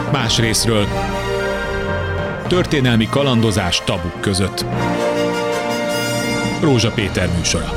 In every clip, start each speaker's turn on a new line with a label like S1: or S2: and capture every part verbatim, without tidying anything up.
S1: Más részről. Történelmi kalandozás tabuk között. Rózsa Péter műsora.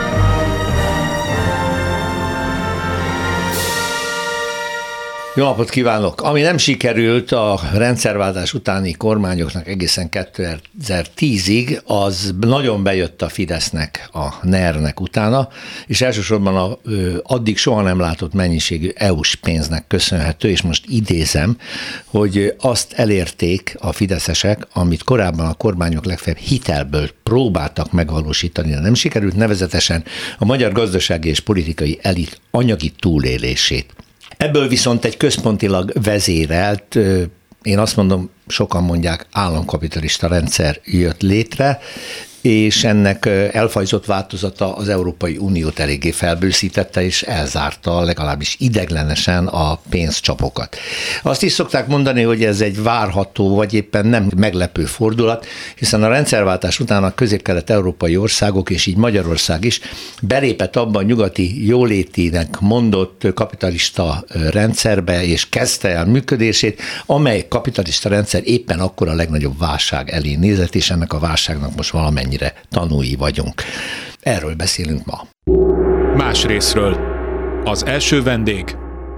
S2: Jó napot kívánok! Ami nem sikerült a rendszerváltás utáni kormányoknak egészen kétezer-tízig, az nagyon bejött a Fidesznek, a NER-nek utána, és elsősorban a, addig soha nem látott mennyiségű é u-s pénznek köszönhető, és most idézem, hogy azt elérték a fideszesek, amit korábban a kormányok legfeljebb hitelből próbáltak megvalósítani, de nem sikerült, nevezetesen a magyar gazdasági és politikai elit anyagi túlélését. Ebből viszont egy központilag vezérelt, én azt mondom, sokan mondják, államkapitalista rendszer jött létre, és ennek elfajzott változata az Európai Uniót eléggé felbőszítette, és elzárta legalábbis ideglenesen a pénzcsapokat. Azt is szokták mondani, hogy ez egy várható, vagy éppen nem meglepő fordulat, hiszen a rendszerváltás után a közép-kelet-európai országok, és így Magyarország is belépett abban a nyugati jólétinek mondott kapitalista rendszerbe, és kezdte el működését, amely kapitalista rendszer éppen akkor a legnagyobb válság elé nézett, és ennek a válságnak most valamennyi tanúi vagyunk. Erről beszélünk ma.
S1: Más részről. Az első vendég.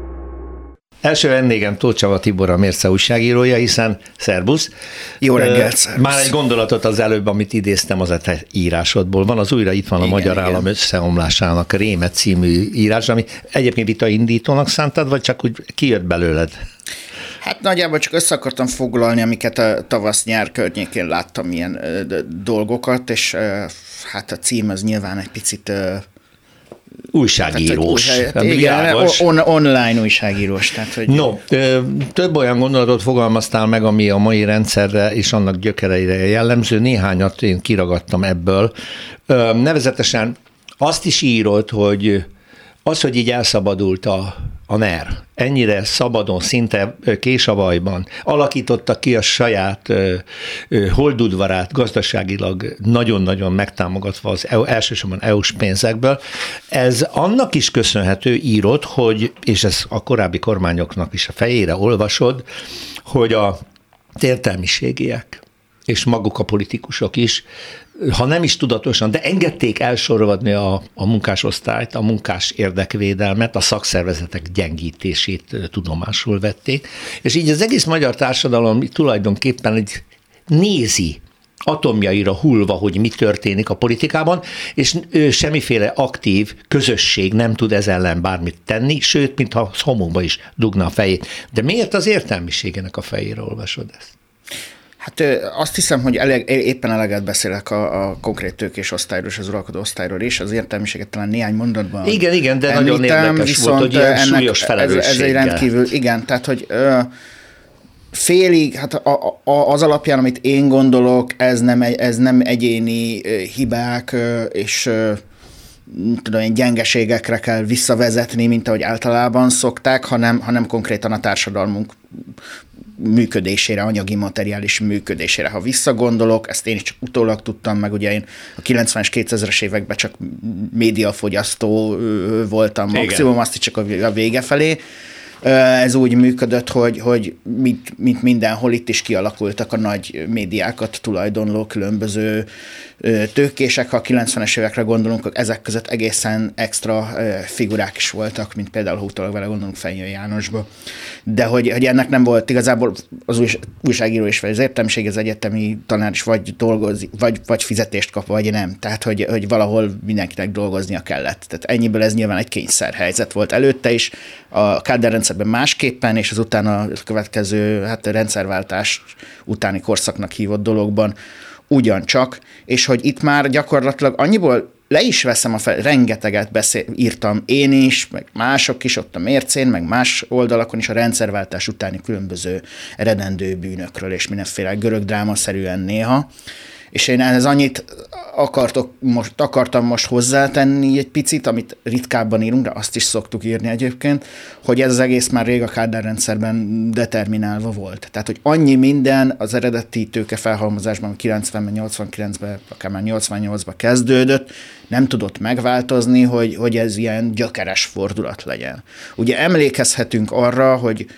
S2: Első vendégem Tóth Csaba Tibor, a Mérce újságírója, hiszen szerbusz.
S3: Jó reggelt, szerbusz.
S2: Már egy gondolatot az előbb, amit idéztem az a te írásodból. Van az újra itt van a igen, Magyar igen. Állam összeomlásának Réme című írás, ami egyébként vitaindítónak szántad, vagy csak úgy kijött belőled?
S3: Hát nagyjából csak össze akartam foglalni, amiket a tavasz-nyár környékén láttam ilyen ö, dolgokat, és ö, hát a cím az nyilván egy picit... Ö,
S2: újságírós.
S3: Tehát, igen, on, online újságírós. Tehát, hogy...
S2: No, több olyan gondolatot fogalmaztál meg, ami a mai rendszerre és annak gyökereire jellemző. Néhányat én kiragadtam ebből. Nevezetesen azt is írod, hogy az, hogy így elszabadult a, a NER, ennyire szabadon, szinte késavajban alakította ki a saját ö, ö, holdudvarát gazdaságilag nagyon-nagyon megtámogatva az E U, elsősorban é u-s pénzekből. Ez annak is köszönhető, írod, hogy, és ez a korábbi kormányoknak is a fejére olvasod, hogy a értelmiségiek és maguk a politikusok is, ha nem is tudatosan, de engedték elsorvadni a, a munkásosztályt, a munkás érdekvédelmet, a szakszervezetek gyengítését tudomásul vették, és így az egész magyar társadalom tulajdonképpen egy nézi, atomjaira hullva, hogy mi történik a politikában, és semmiféle aktív közösség nem tud ez ellen bármit tenni, sőt, mintha homokba is dugna a fejét. De miért az értelmiségének a fejére olvasod ezt?
S3: Hát azt hiszem, hogy eleg, éppen eleget beszélek a, a konkrét tőkés osztályról és az uralkodó osztályról is, az értelmiséget talán néhány mondatban
S2: Igen, igen, de
S3: említem,
S2: nagyon érdekes volt, hogy ilyen
S3: ennek,
S2: súlyos felelősséggel.
S3: Ez, ez egy rendkívül, igen, tehát, hogy ö, félig, hát a, a, az alapján, amit én gondolok, ez nem, ez nem egyéni hibák és tudom én, gyengeségekre kell visszavezetni, mint ahogy általában szokták, hanem, hanem konkrétan a társadalmunk működésére, anyagi, materiális működésére. Ha visszagondolok, ezt én is csak utólag tudtam meg, ugye én a kilencvenes, kétezres években csak médiafogyasztó voltam maximum, igen. Azt is csak a vége felé. Ez úgy működött, hogy, hogy mint, mint mindenhol itt is kialakultak a nagy médiákat tulajdonló különböző tőkések. Ha a kilencvenes évekre gondolunk, ezek között egészen extra figurák is voltak, mint például, ha utólag vele gondolunk, Fenyő Jánosba. De hogy, hogy ennek nem volt igazából az új, újságíró is, vagy az értelmiség, az egyetemi tanár is vagy dolgozik, vagy, vagy fizetést kap, vagy nem. Tehát, hogy, hogy valahol mindenkinek dolgoznia kellett. Tehát ennyiből ez nyilván egy kényszerhelyzet volt előtte is. A Kádár rendszerben másképpen, és az utána következő hát rendszerváltás utáni korszaknak hívott dologban ugyancsak, és hogy itt már gyakorlatilag annyiból le is veszem a fel, rengeteget beszél, írtam én is, meg mások is ott a Mércén, meg más oldalakon is a rendszerváltás utáni különböző eredendő bűnökről, és mindenféle görög drámaszerűen néha. És én ehhez annyit akartok most, akartam most hozzátenni egy picit, amit ritkábban írunk, de azt is szoktuk írni egyébként, hogy ez az egész már rég a Kádár rendszerben determinálva volt. Tehát, hogy annyi minden az eredeti tőkefelhalmozásban kilencvenben, nyolcvankilencben, akár már nyolcvannyolcban kezdődött, nem tudott megváltozni, hogy, hogy ez ilyen gyökeres fordulat legyen. Ugye emlékezhetünk arra, hogy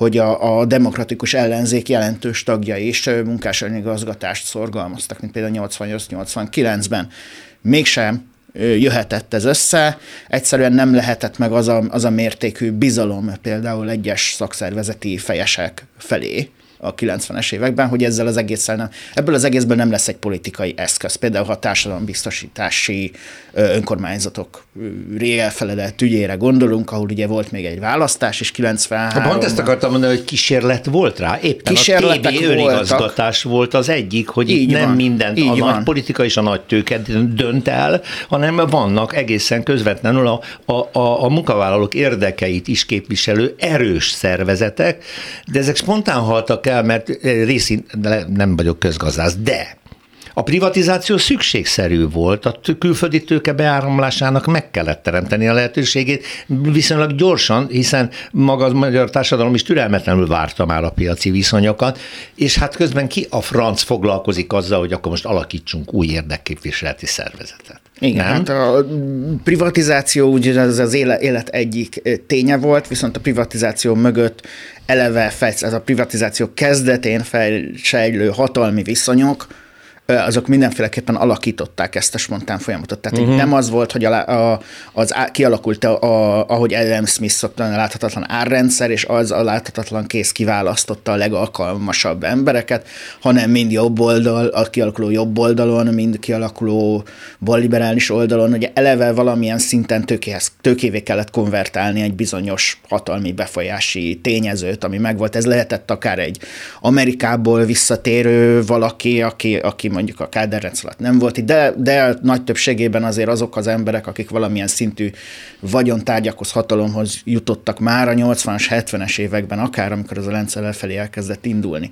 S3: hogy a, a demokratikus ellenzék jelentős tagjai is munkásságigazgatást szorgalmaztak, mint például nyolcvannyolc-nyolcvankilencben. Mégsem jöhetett ez össze, egyszerűen nem lehetett meg az a, az a mértékű bizalom például egyes szakszervezeti fejesek felé a kilencvenes években, hogy ezzel az egésszel nem, ebből az egészből nem lesz egy politikai eszköz. Például, ha a társadalombiztosítási önkormányzatok rég elfeledett ügyére gondolunk, ahol ugye volt még egy választás, és kilencvenháromban...
S2: Pont ezt akartam mondani, hogy kísérlet volt rá. Éppen
S3: Kísérletek
S2: a té bé önigazgatás volt az egyik, hogy
S3: így
S2: itt nem
S3: van,
S2: mindent a van. Nagy politika és a nagy tőke dönt el, hanem vannak egészen közvetlenül a, a, a, a munkavállalók érdekeit is képviselő erős szervezetek, de ezek spontán haltak el, mert részint nem vagyok közgazdász, de a privatizáció szükségszerű volt, a külföldi tőke beáramlásának meg kellett teremteni a lehetőségét viszonylag gyorsan, hiszen maga a magyar társadalom is türelmetlenül várta már a piaci viszonyokat, és hát közben ki a franc foglalkozik azzal, hogy akkor most alakítsunk új érdekképviseleti szervezetet.
S3: Igen, hát a privatizáció ugye az az élet egyik ténye volt, viszont a privatizáció mögött eleve ez a privatizáció kezdetén fejlődő hatalmi viszonyok, azok mindenféleképpen alakították ezt a spontán folyamatot. Tehát uh-huh. nem az volt, hogy a, a, az kialakult, a, a, ahogy Adam Smith szokta, a láthatatlan árrendszer, és az a láthatatlan kéz kiválasztotta a legalkalmasabb embereket, hanem mind jobb oldal, a kialakuló jobb oldalon, mind kialakuló balliberális oldalon, ugye eleve valamilyen szinten tőkéhez, tőkévé kellett konvertálni egy bizonyos hatalmi befolyási tényezőt, ami megvolt. Ez lehetett akár egy Amerikából visszatérő valaki, aki, aki mondjuk a Kádár rendszer alatt nem volt itt, de, de nagy többségében azért azok az emberek, akik valamilyen szintű vagyontárgyakhoz, hatalomhoz jutottak már a nyolcvanas, hetvenes években, akár amikor az a rendszer lefelé elkezdett indulni.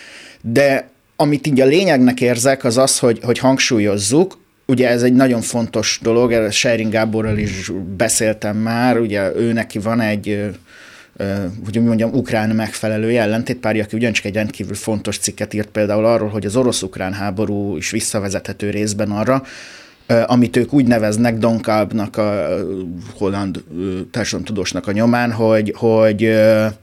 S3: De amit így a lényegnek érzek, az az, hogy, hogy hangsúlyozzuk, ugye ez egy nagyon fontos dolog, erről Schering Gáborral is beszéltem már, ugye ő neki van egy hogy úgy mondjam, ukrán megfelelő ellentétpárja, aki ugyancsak egy rendkívül fontos cikket írt például arról, hogy az orosz-ukrán háború is visszavezethető részben arra, amit ők úgy neveznek Don Kalbnak, a holland társadalomtudósnak a nyomán, hogy, hogy,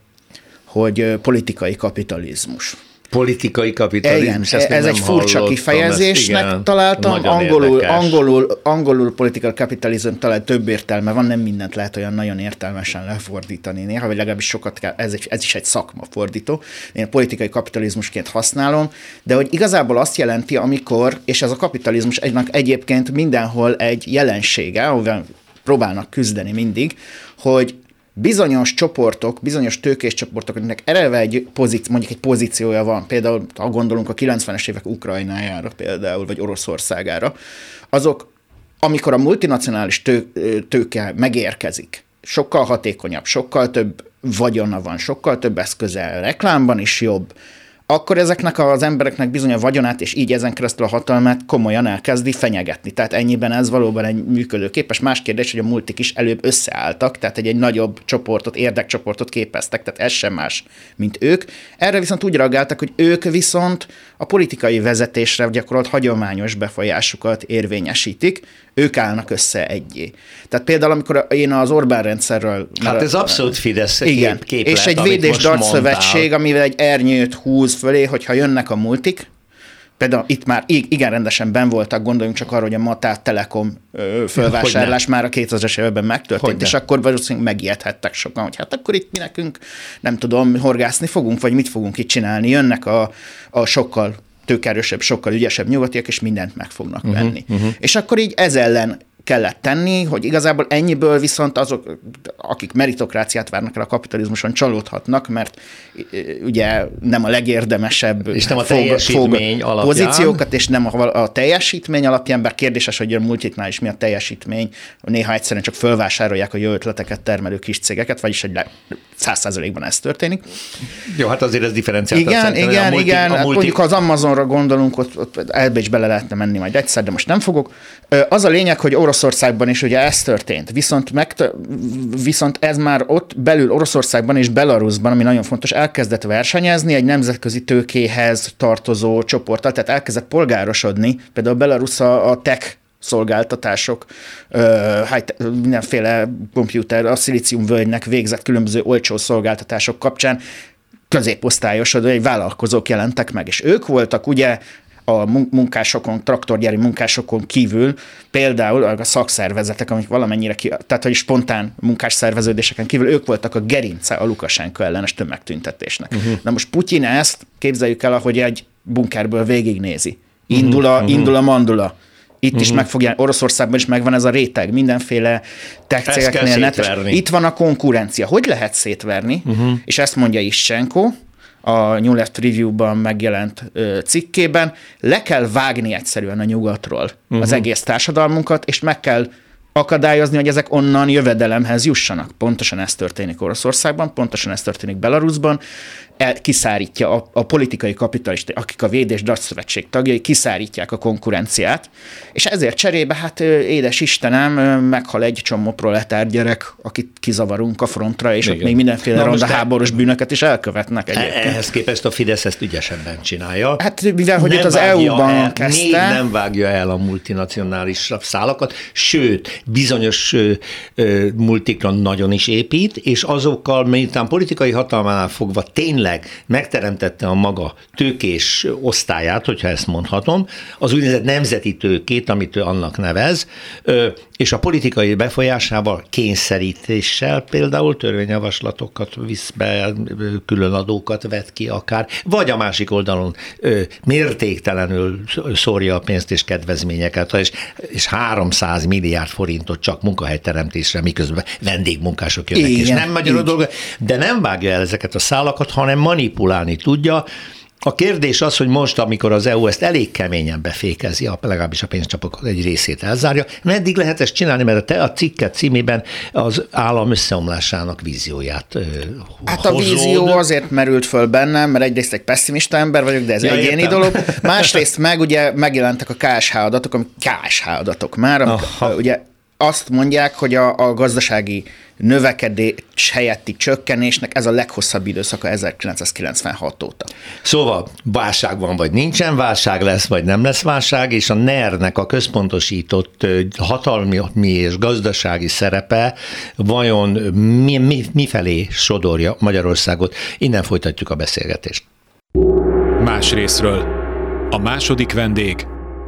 S3: hogy politikai kapitalizmus.
S2: Politikai kapitalizmus.
S3: Igen, ez egy furcsa kifejezésnek ezt, találtam, angolul, angolul, angolul political capitalism talán több értelme van, nem mindent lehet olyan nagyon értelmesen lefordítani néha, vagy legalábbis sokat kell, ez, ez is egy szakma fordító, én politikai kapitalizmusként használom, de hogy igazából azt jelenti, amikor, és ez a kapitalizmus egynek egyébként mindenhol egy jelensége, ahol próbálnak küzdeni mindig, hogy bizonyos csoportok, bizonyos tőkés csoportok, akiknek eleve egy pozíció, mondjuk egy pozíciója van, például ha gondolunk a kilencvenes évek Ukrajnájára például, vagy Oroszországára, azok, amikor a multinacionális tő, tőke megérkezik, sokkal hatékonyabb, sokkal több vagyona van, sokkal több eszköze, reklámban is jobb, akkor ezeknek az embereknek bizony a vagyonát, és így ezen keresztül a hatalmát komolyan elkezdi fenyegetni. Tehát ennyiben ez valóban egy működőképes. Más kérdés, hogy a multik is előbb összeálltak, tehát egy, egy nagyobb csoportot, érdekcsoportot képeztek, tehát ez sem más, mint ők. Erre viszont úgy reagáltak, hogy ők viszont a politikai vezetésre gyakorolt hagyományos befolyásukat érvényesítik, ők állnak össze egyé. Tehát például, amikor én az Orbán rendszerről...
S2: Hát ez abszolút Fidesz
S3: igen,
S2: képlet,
S3: és egy védés dartszövetség, amivel egy ernyőt húz fölé, hogyha jönnek a multik, például itt már igen rendesen benn voltak, gondoljunk csak arra, hogy a Matát Telekom fölvásárlás már a kétezres években megtörtént, Hogyne. és akkor valószínűleg megijedhettek sokan, hogy hát akkor itt mi nekünk, nem tudom, horgászni fogunk, vagy mit fogunk itt csinálni. Jönnek a, a sokkal tőkerősebb, sokkal ügyesebb nyugatiak, és mindent meg fognak uh-huh, venni. Uh-huh. És akkor így ez ellen kellett tenni, hogy igazából ennyiből viszont azok, akik meritokráciát várnak el a kapitalizmuson, csalódhatnak, mert ugye nem a legérdemesebb
S2: és nem a teljesítmény alapján.
S3: Pozíciókat, és nem a, a teljesítmény alapján, bár kérdéses, hogy a multiknál is mi a teljesítmény, néha egyszerűen csak fölvásárolják a jó ötleteket termelő kis cégeket, vagyis hogy száz százalékban ez történik.
S2: Jó, hát azért ez differenciált.
S3: Igen, igen, a multi, igen. A multi... mondjuk az Amazonra gondolunk, ott, ott ebbe is bele lehetne menni majd egyszer, de most nem fogok. Az a lényeg, hogy Oroszországban is ugye ez történt, viszont, megtör... viszont ez már ott belül Oroszországban és Belarusban, ami nagyon fontos, elkezdett versenyezni egy nemzetközi tőkéhez tartozó csoporttal, tehát elkezdett polgárosodni, például Belarus a, a tech szolgáltatások, mindenféle komputer, a szilíciumvölgynek végzett különböző olcsó szolgáltatások kapcsán középosztályosodó, vállalkozók jelentek meg, és ők voltak ugye a munkásokon, traktorgyári munkásokon kívül például a szakszervezetek, amik valamennyire, ki, tehát hogy spontán munkás szerveződéseken kívül, ők voltak a gerince a Lukasenko ellenes tömegtüntetésnek. Uh-huh. Na most Putyin ezt képzeljük el, ahogy egy bunkerből végignézi. Indul a, uh-huh. indul a mandula. Itt uh-huh. is meg fogja, Oroszországban is megvan ez a réteg, mindenféle tech cégeknél netes. Itt van a konkurencia. Hogy lehet szétverni? Uh-huh. És ezt mondja Ischenko a New Left Review-ban megjelent ö, cikkében, le kell vágni egyszerűen a nyugatról uh-huh. az egész társadalmunkat, és meg kell akadályozni, hogy ezek onnan jövedelemhez jussanak. Pontosan ez történik Oroszországban, pontosan ez történik Belarusban, El, kiszárítja a, a politikai kapitalisták, akik a Véd és Dacs Szövetség tagjai, kiszárítják a konkurenciát, és ezért cserébe, hát édes Istenem, meghal egy csomó proletár gyerek, akit kizavarunk a frontra, és igen. ott még mindenféle ronda háborús bűnöket is elkövetnek egyébként.
S2: Ehhez képest a Fidesz ezt ügyesebben csinálja.
S3: Hát mivel, hogy nem itt az é u-ban el, kezdte.
S2: Még nem vágja el a multinacionális szálakat, sőt, bizonyos ö, ö, multikra nagyon is épít, és azokkal, miután politikai hatalmánál fogva tényleg megteremtette a maga tőkés osztályát, hogyha ezt mondhatom, az úgynevezett nemzeti tőkét, amit ő annak nevez, és a politikai befolyásával, kényszerítéssel például törvényjavaslatokat visz be, külön adókat vet ki akár, vagy a másik oldalon mértéktelenül szórja a pénzt és kedvezményeket, és, és háromszáz milliárd forintot csak munkahelyteremtésre, miközben vendégmunkások jönnek, igen, és nem magyar dolga, de nem vágja el ezeket a szálakat, hanem manipulálni tudja. A kérdés az, hogy most, amikor az é u ezt elég keményen befékezi, legalábbis a pénzcsapok egy részét elzárja, meddig lehet ezt csinálni, mert a te a cikket címében az állam összeomlásának vízióját
S3: Hát hozód. A vízió azért merült föl bennem, mert egyrészt egy pessimista ember vagyok, de ez ja, egyéni értem. dolog. Másrészt meg ugye megjelentek a ká es há adatok, amik ká es há adatok már, amik, ugye azt mondják, hogy a, a gazdasági növekedés helyetti csökkenésnek ez a leghosszabb időszaka ezerkilencszázkilencvenhat óta.
S2: Szóval válság van, vagy nincsen válság, lesz, vagy nem lesz válság, és a en e er-nek a központosított hatalmi és gazdasági szerepe vajon mi, mi, mifelé sodorja Magyarországot? Innen folytatjuk a beszélgetést.
S1: Más részről. A második vendég.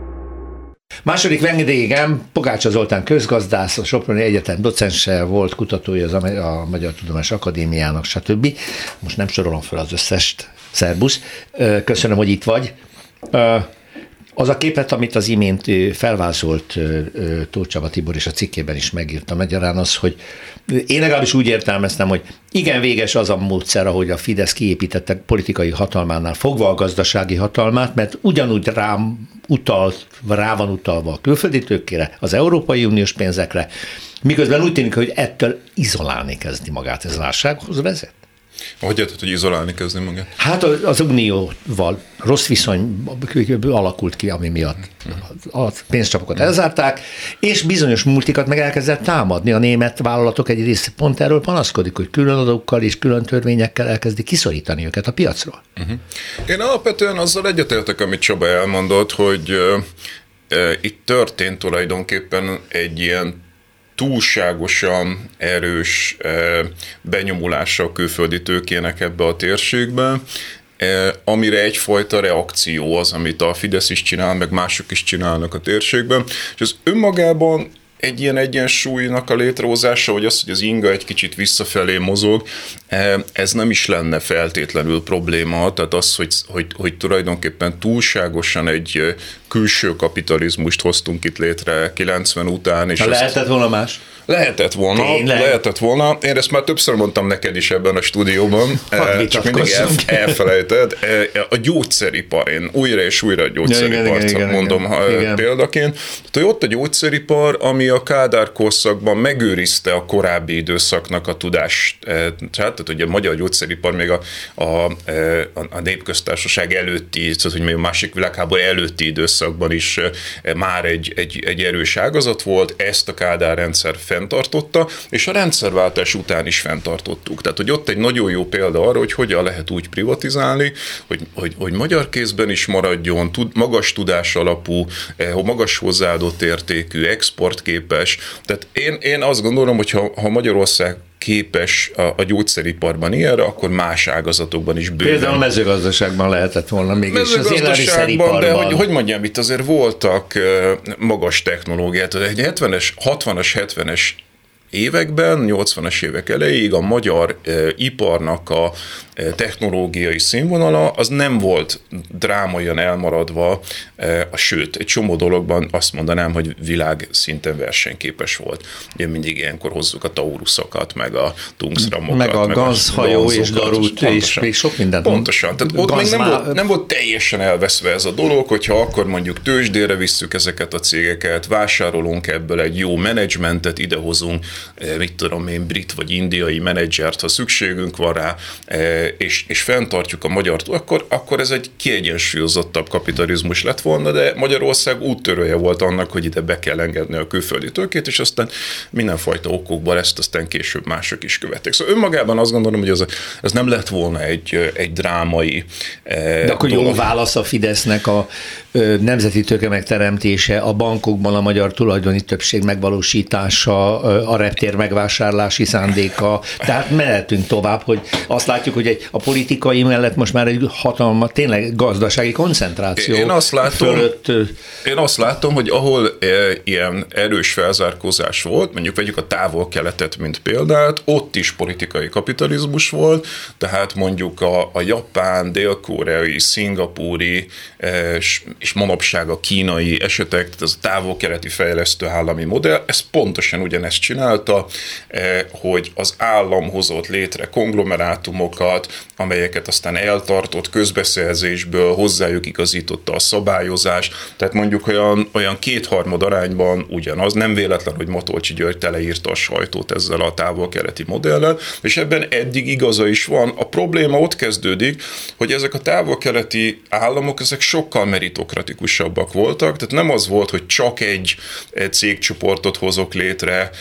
S2: Második vendégem Pogácsa Zoltán közgazdász, a Soproni Egyetem docense volt, kutatója az a Magyar Tudományos Akadémiának, stb. Most nem sorolom fel az összest. Szerbusz. Köszönöm, hogy itt vagy. Az a képlet, amit az imént felvázolt Tóth Csaba Tibor, és a cikkében is megírta magyarán, az, hogy én legalábbis úgy értelmeztem, hogy igen, véges az a módszer, ahogy a Fidesz kiépítette politikai hatalmánál fogva a gazdasági hatalmát, mert ugyanúgy rám utalt, rá van utalva a külföldi tőkére, az Európai Uniós pénzekre, miközben úgy tűnik, hogy ettől izolálni kezdi magát, ez válsághoz vezet.
S4: Hogy érted, hogy izolálni kezdni magát?
S2: Hát az Unióval rossz viszony alakult ki, ami miatt a pénzcsapokat elzárták, és bizonyos multikat meg elkezdett támadni. A német vállalatok egy része pont erről panaszkodik, hogy külön adókkal és külön törvényekkel elkezdi kiszorítani őket a piacról. Uh-huh.
S4: Én alapvetően azzal egyetértek, amit Csaba elmondott, hogy uh, uh, itt történt tulajdonképpen egy ilyen túlságosan erős benyomulása a külföldi tőkének ebbe a térségbe, amire egyfajta reakció az, amit a Fidesz is csinál, meg mások is csinálnak a térségben, és ez önmagában egy ilyen egyensúlynak a létrehozása, hogy az, hogy az inga egy kicsit visszafelé mozog, ez nem is lenne feltétlenül probléma, tehát az, hogy, hogy, hogy tulajdonképpen túlságosan egy külső kapitalizmust hoztunk itt létre kilencven után. És
S2: lehetett azt, volna más?
S4: Lehetett volna, Tényleg? lehetett volna. Én ezt már többször mondtam neked is ebben a stúdióban, csak mindig el, elfelejted. A gyógyszeripar, én újra és újra a gyógyszeripart ja, mondom igen, igen. példaként. Tehát ott a gyógyszeripar, ami a Kádár korszakban megőrizte a korábbi időszaknak a tudást. Tehát ugye a magyar gyógyszeripar még a, a, a népköztársaság előtti, tehát hogy még a másik világháború előtti időszakban is már egy, egy, egy erős ágazat volt, ezt a Kádár rendszer fenntartotta, és a rendszerváltás után is fenntartottuk. Tehát, hogy ott egy nagyon jó példa arra, hogy hogyan lehet úgy privatizálni, hogy, hogy, hogy magyar kézben is maradjon, tud, magas tudás alapú, magas hozzáadott értékű, exportképes. Tehát én, én azt gondolom, hogy ha, ha Magyarország képes a, a gyógyszeriparban ilyenre, akkor más ágazatokban is bőven.
S2: Például a mezőgazdaságban lehetett volna mégis az élelmiszeriparban.
S4: De hogy, hogy mondjam, itt azért voltak magas technológiát. Egy hetvenes, hatvanas, hetvenes években, nyolcvanas évek elejéig a magyar e, iparnak a e, technológiai színvonala az nem volt drámaian elmaradva, e, a, sőt, egy csomó dologban azt mondanám, hogy világ szinten versenyképes volt. Ugye mindig ilyenkor hozzuk a Tauruszokat, meg a tungsramokat,
S2: meg a gazhajó és darút, és még sok mindent.
S4: Pontosan. Tehát ott még nem volt, nem volt teljesen elveszve ez a dolog, hogyha akkor mondjuk tőzsdére visszük ezeket a cégeket, vásárolunk ebből egy jó menedzsmentet, idehozunk mit tudom én, brit vagy indiai menedzsert, ha szükségünk van rá, és, és fenntartjuk a magyart, akkor, akkor ez egy kiegyensúlyozottabb kapitalizmus lett volna, de Magyarország úttörője volt annak, hogy ide be kell engedni a külföldi tőkét, és aztán mindenfajta okokból ezt aztán később mások is követték. Szóval önmagában azt gondolom, hogy ez, ez nem lett volna egy, egy drámai
S2: De akkor dolog. Jó válasz a Fidesznek a nemzeti tőke megteremtése, a bankokban a magyar tulajdoni többség megvalósítása, a reptér megvásárlási szándéka, tehát mehetünk tovább, hogy azt látjuk, hogy egy, a politikai mellett most már egy hatalma, tényleg gazdasági koncentráció
S4: én azt látom,
S2: fölött.
S4: Én azt látom, hogy ahol e, ilyen erős felzárkózás volt, mondjuk vegyük a távol-keletet, mint példát, ott is politikai kapitalizmus volt, tehát mondjuk a, a japán, dél-koreai, szingapúri e, és manapság a kínai esetek, tehát ez a távol-keleti fejlesztő állami modell, ez pontosan ugyanezt csinálta, hogy az állam hozott létre konglomerátumokat, amelyeket aztán eltartott közbeszerzésből, hozzájuk igazította a szabályozás, tehát mondjuk olyan, olyan kétharmad arányban ugyanaz, nem véletlen, hogy Matolcsy György teleírta a sajtót ezzel a távol-keleti modellel, és ebben eddig igaza is van. A probléma ott kezdődik, hogy ezek a távol-keleti államok, ezek sokkal meritokratikusabbak voltak, tehát nem az volt, hogy csak egy cégcsoportot hozok létre,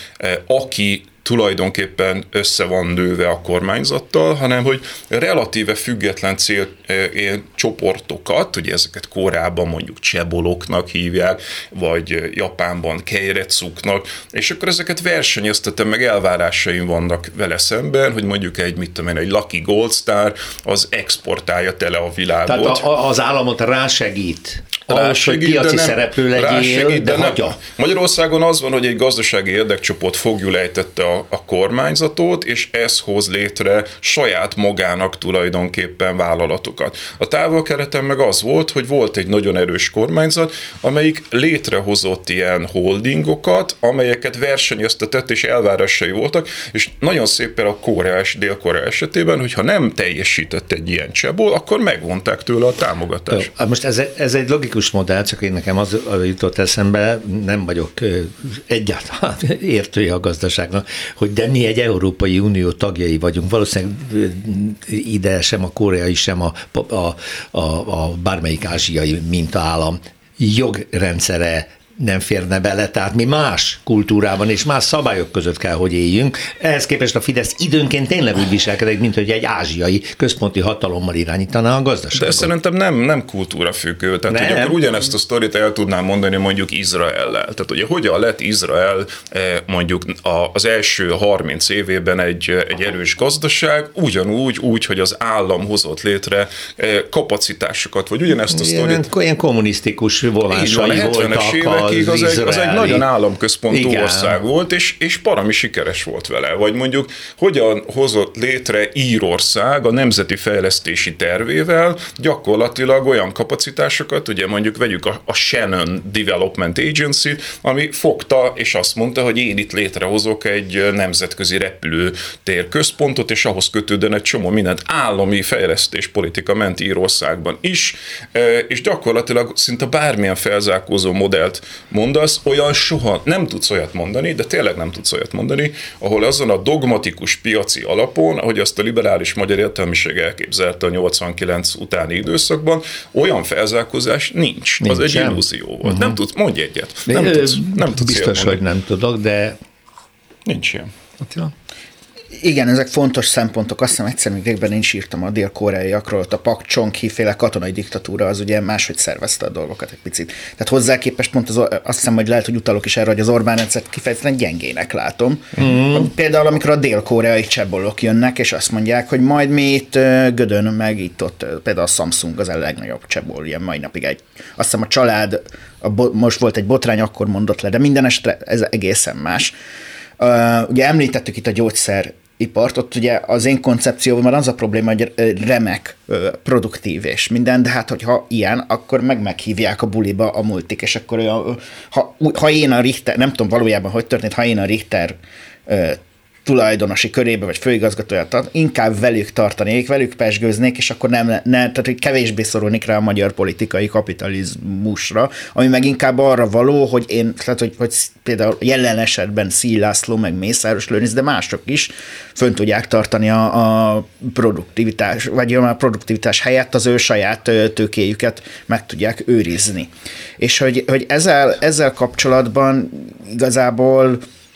S4: aki tulajdonképpen össze van nőve a kormányzattal, hanem hogy relatíve független cél ilyen csoportokat, ugye ezeket Koreában mondjuk cseboloknak hívják, vagy Japánban keirecuknak, és akkor ezeket versenyeztetem, meg elvárásaim vannak vele szemben, hogy mondjuk egy, mit tudom én, egy Lucky Gold Star, az exportálja tele a világot.
S2: Tehát a, az államot rásegít. Ahhoz, hogy piaci nem, szereplő legyél, de, de hagyja.
S4: Magyarországon az van, hogy egy gazdasági érdekcsoport fogjulejtette a, a kormányzatot, és ez hoz létre saját magának tulajdonképpen vállalatokat. A távol-keleten meg az volt, hogy volt egy nagyon erős kormányzat, amelyik létrehozott ilyen holdingokat, amelyeket versenyeztetett és elvárásai voltak, és nagyon szépen a Koreás, Dél-Korea esetében, hogyha nem teljesített egy ilyen cseból, akkor megvonták tőle a támogatást.
S2: Most ez, ez egy logikus modell, csak én nekem az jutott eszembe, nem vagyok egyáltalán értője a gazdaságnak, hogy de mi egy Európai Unió tagjai vagyunk. Valószínűleg ide sem a koreai, sem a, a, a, a bármelyik ázsiai mintaállam jogrendszere nem férne bele, tehát mi más kultúrában és más szabályok között kell, hogy éljünk. Ehhez képest a Fidesz időnként tényleg úgy viselkedik, mint hogy egy ázsiai központi hatalommal irányítaná a gazdaságot.
S4: De szerintem nem, nem kultúra függő. Tehát, hogy akkor ugyanezt a sztorit el tudnám mondani mondjuk Izraellel. Tehát ugye hogyan lett Izrael mondjuk az első harminc évében egy, egy erős gazdaság, ugyanúgy, úgy, hogy az állam hozott létre kapacitásokat, vagy ugyanezt a sztorit.
S2: Ilyen, ilyen kommunisztikus volásai voltak.
S4: Az, az, egy, az egy nagyon államközpontú Igen. ország volt, és, és parami sikeres volt vele. Vagy mondjuk hogyan hozott létre Írország a nemzeti fejlesztési tervével gyakorlatilag olyan kapacitásokat, ugye mondjuk vegyük a, a Shannon Development Agency, ami fogta, és azt mondta, hogy én itt létrehozok egy nemzetközi repülőtér központot, és ahhoz kötődően egy csomó mindent. Állami fejlesztéspolitika ment Írországban is, és gyakorlatilag szinte bármilyen felzárkózó modellt mondasz, olyan soha nem tudsz olyat mondani, de tényleg nem tudsz olyat mondani, ahol azon a dogmatikus piaci alapon, ahogy azt a liberális magyar értelmiség elképzelte a nyolcvankilenc utáni időszakban, olyan felzárkózás nincs. nincs. Az egy illúzió volt. Uh-huh. Nem tudsz, mondj egyet. Nem
S2: Ö,
S4: tudsz, nem tudsz
S2: biztos, hogy nem tudok, de...
S4: Nincs ilyen.
S2: Attila?
S3: Igen, ezek fontos szempontok. Azt hiszem egyszer még régben én is írtam a dél-koreaiakról, a Pak Chung-hi féle katonai diktatúra az ugye máshogy szervezte a dolgokat egy picit. Tehát hozzá képest pont az, azt hiszem, hogy lehet, hogy utalok is erre, hogy az Orbán rendszert kifejezetten gyengének látom. Mm. Például amikor a dél-koreai csebolok jönnek, és azt mondják, hogy majd mi itt Gödön, meg itt ott, például a Samsung az a legnagyobb csebol, ilyen mai napig egy, azt hiszem a család, a bo- most volt egy botrány, akkor mondott le, de minden esetre ez egészen más. Uh, ugye említettük itt a gyógyszeripart, ott ugye az én koncepcióban az a probléma, hogy remek, produktív és minden, de hát hogyha ilyen, akkor meg meghívják a buliba a multik, és akkor olyan, ha, ha én a Richter, nem tudom valójában, hogy történt, ha én a Richter uh, tulajdonosi körébe, vagy főigazgatója, inkább velük tartanék, velük pezsgőznék, és akkor nem, ne, tehát hogy kevésbé szorulnék rá a magyar politikai kapitalizmusra, ami meg inkább arra való, hogy én, tehát hogy, hogy például jelen esetben Szíj László, meg Mészáros Lőrinc, de mások is fönn tudják tartani a, a produktivitás, vagy a produktivitás helyett az ő saját tőkéjüket meg tudják őrizni. És hogy, hogy ezzel, ezzel kapcsolatban igazából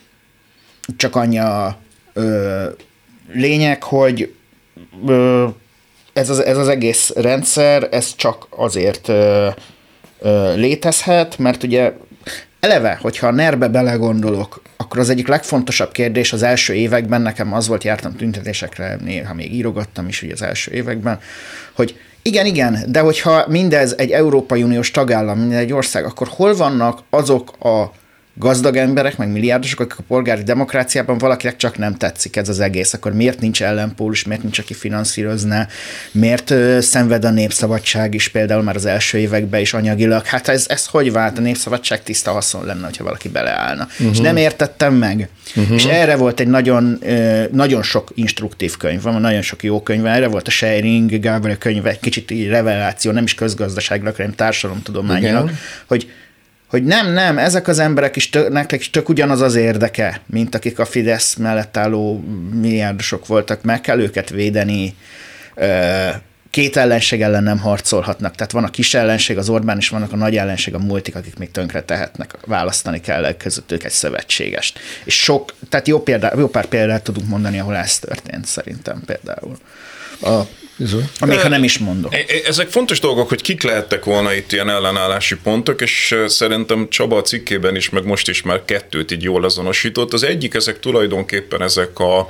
S3: csak annyi a ö, lényeg, hogy ö, ez, az, ez az egész rendszer, ez csak azért ö, ö, létezhet, mert ugye eleve, hogyha a nerbe belegondolok, akkor az egyik legfontosabb kérdés az első években, nekem az volt, jártam tüntetésekre, néha még írogattam is ugye az első években, hogy igen, igen, de hogyha mindez egy Európai Uniós tagállam, minden egy ország, akkor hol vannak azok a gazdag emberek, meg milliárdosok, akik a polgári demokráciában valakinek csak nem tetszik ez az egész, akkor miért nincs ellenpólus, miért nincs, aki finanszírozná, miért ö, szenved a népszabadság is például már az első években is anyagilag. Hát ez, ez hogy vált? A népszabadság tiszta haszon lenne, hogyha valaki beleállna. Uh-huh. És nem értettem meg. Uh-huh. És erre volt egy nagyon, ö, nagyon sok instruktív könyv, van nagyon sok jó könyv, erre volt a Schering Gábor könyve, egy kicsit reveláció, nem is közgazdaságra, hanem társadalomtudományilag, hogy hogy nem, nem, ezek az emberek is tök, nektek is tök ugyanaz az érdeke, mint akik a Fidesz mellett álló milliárdosok voltak, meg kell őket védeni, két ellenség ellen nem harcolhatnak, tehát van a kis ellenség, az Orbán, és vannak a nagy ellenség, a multik, akik még tönkre tehetnek, választani kell közöttük egy szövetségest. És sok, tehát jó, példá, jó pár példát tudunk mondani, ahol ez történt szerintem például. A Még ha nem is mondok.
S4: Ezek fontos dolgok, hogy kik lehettek volna itt ilyen ellenállási pontok, és szerintem Csaba a cikkében is, meg most is már kettőt így jól azonosított. Az egyik, ezek tulajdonképpen ezek a,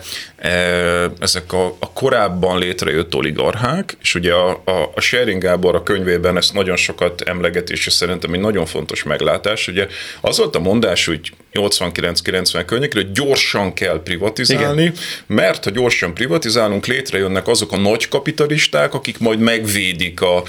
S4: ezek a, a korábban létrejött oligarchák, és ugye a, a, a Schering Gábor a könyvében ezt nagyon sokat emleget, és szerintem egy nagyon fontos meglátás. Ugye az volt a mondás, hogy nyolcvankilenc-kilencven környékén, hogy gyorsan kell privatizálni, igen, mert ha gyorsan privatizálunk, létrejönnek azok a nagy kapitalisták, akik majd megvédik a,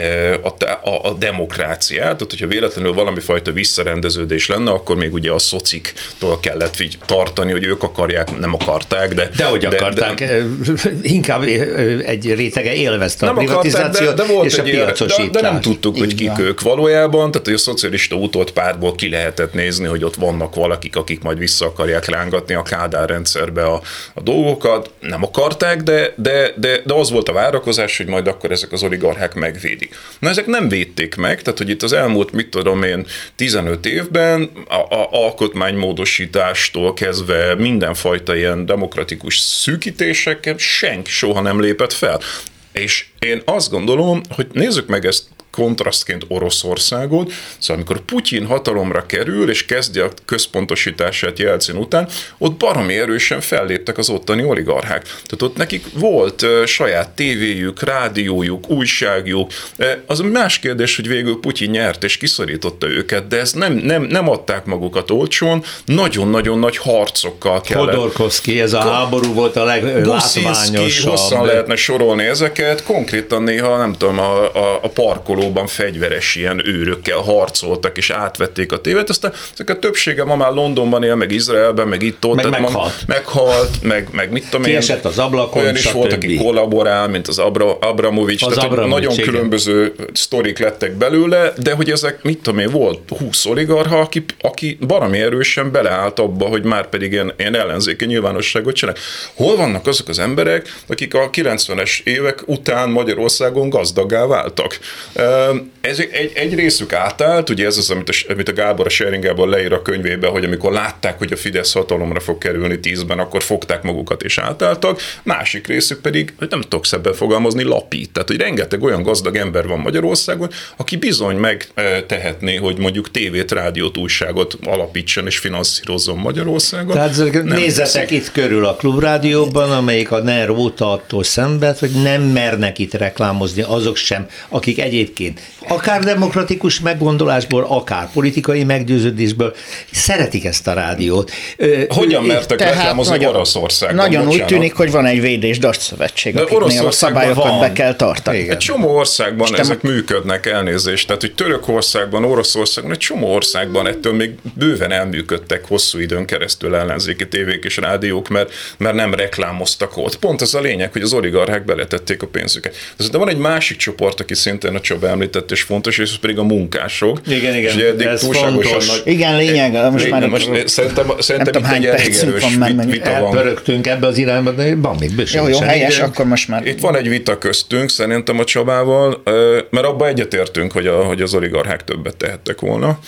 S4: a, a, a demokráciát. Tehát, hogyha véletlenül valami fajta visszarendeződés lenne, akkor még ugye a szociktól kellett így tartani, hogy ők akarják, nem akarták, de...
S2: De hogy de, akarták, de, inkább egy rétege élvezte a privatizációt,
S4: de, de volt
S2: és a piacosítást.
S4: De, de nem tudtuk, hogy kik ők valójában, tehát hogy a szocialista utolt pártból ki lehetett nézni, hogy ott vannak valakik, akik majd vissza akarják rángatni a Kádár rendszerbe a, a dolgokat. Nem akarták, de, de, de, de az volt a várakozás, hogy majd akkor ezek az oligarchák megvédik. Na, ezek nem védték meg, tehát hogy itt az elmúlt, mit tudom én, tizenöt évben a, a alkotmánymódosítástól kezdve mindenfajta ilyen demokratikus szűkítéseket senki soha nem lépett fel. És én azt gondolom, hogy nézzük meg ezt kontrasztként Oroszországot, szóval amikor Putyin hatalomra kerül, és kezdje a központosítását Jelcin után, ott baromi erősen felléptek az ottani oligarchák. Tehát ott nekik volt uh, saját tévéjük, rádiójuk, újságjuk. Uh, az más kérdés, hogy végül Putyin nyert, és kiszorította őket, de ezt nem, nem, nem adták magukat olcsón, nagyon-nagyon nagy harcokkal kellett.
S2: Hodorkovszky, ez a háború volt a leglátványosabb.
S4: Hosszan lehetne sorolni ezeket, konkrétan néha, nem tudom, a, a, a parkoló fegyveres ilyen őrökkel harcoltak, és átvették a tévét, aztán ezek a többsége ma már Londonban él, meg Izraelben, meg itt ott.
S2: Meg meghalt.
S4: Meghalt, meg, meg mit tudom én.
S2: Kiesett az ablakon,
S4: olyan is volt, aki kollaborál, mint az Abra, Abramovics, az tehát Abramovics, nagyon igen, különböző sztorik lettek belőle, de hogy ezek, mit tudom én, volt húsz oligarcha, aki, aki baromi erősen beleállt abba, hogy már pedig ilyen, ilyen ellenzéki nyilvánosságot csinál. Hol vannak azok az emberek, akik a kilencvenes évek után Magyarországon gazdaggá váltak? Ez egy, egy részük átállt, ugye ez az, amit a, amit a Gábor a Schering Gábor leír a könyvében, hogy amikor látták, hogy a Fidesz hatalomra fog kerülni tízben, akkor fogták magukat és átálltak. Másik részük pedig, hogy nem tudok szebben fogalmazni, lapít. Tehát, hogy rengeteg olyan gazdag ember van Magyarországon, aki bizony megtehetné, hogy mondjuk tévét, rádiót, újságot alapítson és finanszírozzon Magyarországon.
S2: Tehát nézzetek itt körül a Klubrádióban, amelyik a NER óta attól szenved, hogy nem mernek itt reklámozni azok sem, akik egyébként akár demokratikus meggondolásból, akár politikai meggyőződésből szeretik ezt a rádiót.
S4: Hogyan mertek reklámozni nagyon, Oroszországban?
S3: Nagyon
S4: bocsánat.
S3: úgy tűnik, hogy van egy védés dacsszövetség, akiknél a szabályokat van. Be kell tartani.
S4: Igen. Egy csomó országban Isten ezek működnek, elnézést. Tehát, hogy Törökországban, Oroszországban, egy csomó országban ettől még bőven elműködtek hosszú időn keresztül ellenzéki tévék és rádiók, mert, mert nem reklámoztak ott. Pont az a lényeg, hogy az oligarchák beletették a pénzüket. De van egy másik csoport, aki szintén a Csaba említett, és fontos, és ez pedig a munkások.
S2: Igen, igen, ez fontos.
S3: Nagy, igen, lényeg, most már
S4: most szerintem, szerintem itt egy elég erős vita van.
S2: Elpörögtünk ebbe az irányba, de van még bőség.
S3: Jó, jó, helyes, akkor most már.
S4: Itt van egy vita köztünk, szerintem a Csabával, mert abban egyetértünk, hogy, a, hogy az oligarchák többet tehettek volna.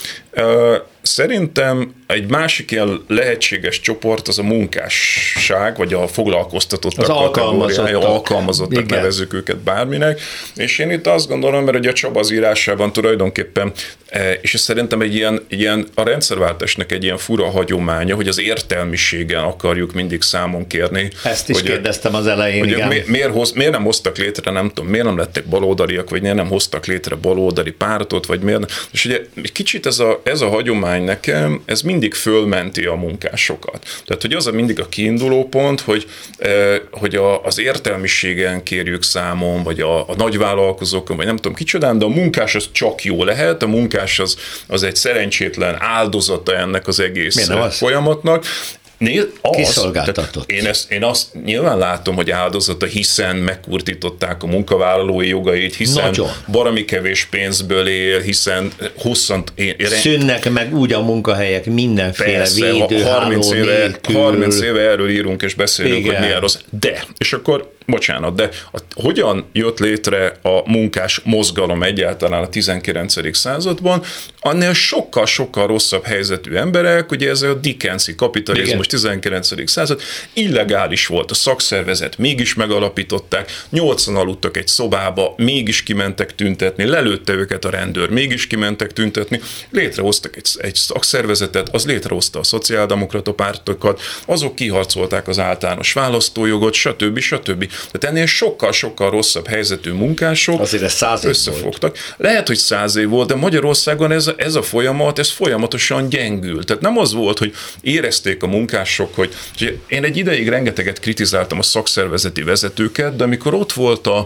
S4: Szerintem egy másik ilyen lehetséges csoport az a munkásság, vagy a foglalkoztatottak kategóriája, alkalmazottak, nevezzük őket bárminek, és én itt azt gondolom, mert ugye a Csaba az írásában tulajdonképpen, és ez szerintem egy ilyen, ilyen a rendszerváltásnak egy ilyen fura hagyománya, hogy az értelmiségen akarjuk mindig számon kérni.
S2: Ezt is
S4: hogy,
S2: kérdeztem az elején,
S4: hogy
S2: igen.
S4: Mi, miért, hoz, miért nem hoztak létre, nem tudom, miért nem lettek baloldaliak, vagy miért nem hoztak létre baloldali pártot, vagy miért, és ugye kicsit ez a, ez a hagyomány nekem, ez mindig fölmenti a munkásokat. Tehát, hogy az a mindig a kiinduló pont, hogy, eh, hogy a, az értelmiségen kérjük számon, vagy a, a nagyvállalkozókon, vagy nem tudom kicsodán, de a munkás az csak jó lehet, a munkás az, az egy szerencsétlen áldozata ennek az egész folyamatnak. Nél, az,
S2: Kiszolgáltatott.
S4: Én, ezt, én azt nyilván látom, hogy áldozata, hiszen megkurtították a munkavállalói jogait, hiszen Nagyon. baromi kevés pénzből él, hiszen hosszan...
S2: Szűnnek meg úgy a munkahelyek mindenféle védőháló nélkül.
S4: harminc éve erről írunk és beszélünk, Igen. hogy milyen rossz. De, és akkor bocsánat, de a, hogyan jött létre a munkás mozgalom egyáltalán a tizenkilencedik században, annál sokkal-sokkal rosszabb helyzetű emberek, ugye ez a Dickensi kapitalizmus, Igen. tizenkilencedik század, illegális volt a szakszervezet, mégis megalapították, nyolcan aludtak egy szobába, mégis kimentek tüntetni, lelőtte őket a rendőr, mégis kimentek tüntetni, létrehoztak egy, egy szakszervezetet, az létrehozta a szociáldemokrata pártokat, azok kiharcolták az általános választójogot, stb. stb. Tehát ennél sokkal-sokkal rosszabb helyzetű munkások összefogtak. Volt. Lehet, hogy száz év volt, de Magyarországon ez a, ez a folyamat, ez folyamatosan gyengül. Tehát nem az volt, hogy érezték a munkások, hogy, hogy én egy ideig rengeteget kritizáltam a szakszervezeti vezetőket, de amikor ott volt a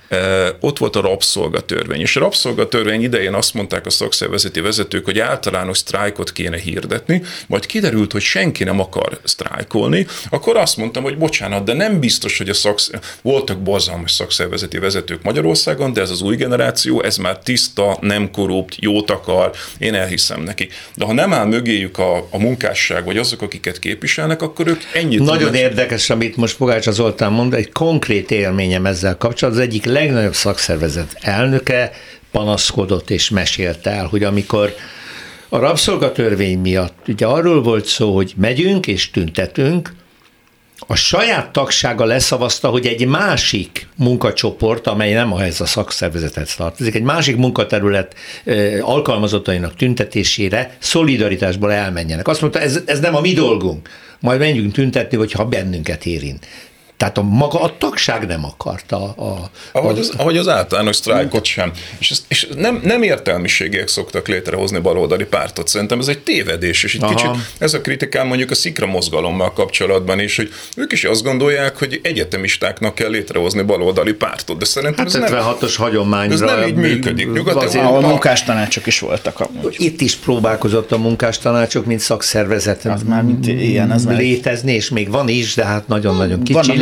S4: ott volt a rabszolgatörvény, és a rabszolgatörvény idején azt mondták a szakszervezeti vezetők, hogy általános sztrájkot kéne hirdetni, majd kiderült, hogy senki nem akar sztrájkolni, akkor azt mondtam, hogy bocsánat, de nem biztos, hogy a szaksz... voltak borzalmas szakszervezeti vezetők Magyarországon, de ez az új generáció, ez már tiszta, nem korrupt, jót akar, én elhiszem neki. De ha nem áll mögéjük a, a munkásság, vagy azok, akiket képviselnek, akkor ők ennyit...
S2: Nagyon tudnak... érdekes, amit most Pogácsa Zoltán mond, egy konkrét élményem ezzel kapcsolatban, az egyik legnagyobb szakszervezet elnöke panaszkodott és mesélte el, hogy amikor a rabszolgatörvény miatt ugye arról volt szó, hogy megyünk és tüntetünk, a saját tagsága leszavazta, hogy egy másik munkacsoport, amely nem ehhez a szakszervezethez tartozik, egy másik munkaterület alkalmazottainak tüntetésére szolidaritásból elmenjenek. Azt mondta, ez, ez nem a mi dolgunk, majd menjünk tüntetni, hogyha bennünket érint. Tehát a maga a tagság nem akarta. A,
S4: ahogy, az, ahogy az általános sztrájkot sem. És, ez, és nem, nem értelmiségiek szoktak létrehozni baloldali pártot. Szerintem ez egy tévedés, és egy Aha. kicsit ez a kritikám mondjuk a szikra mozgalommal kapcsolatban is, hogy ők is azt gondolják, hogy egyetemistáknak kell létrehozni baloldali pártot. De szerintem
S2: hát
S4: ez
S2: ötvenhatos hagyományra.
S4: Ez nem így működik.
S3: Nyugat, a munkástanácsok is voltak amúgy.
S2: Itt is próbálkozott a munkástanácsok, mint szakszervezet
S3: az már mint ilyen, az
S2: létezni, és még van is, de hát nagyon-nagyon kicsi.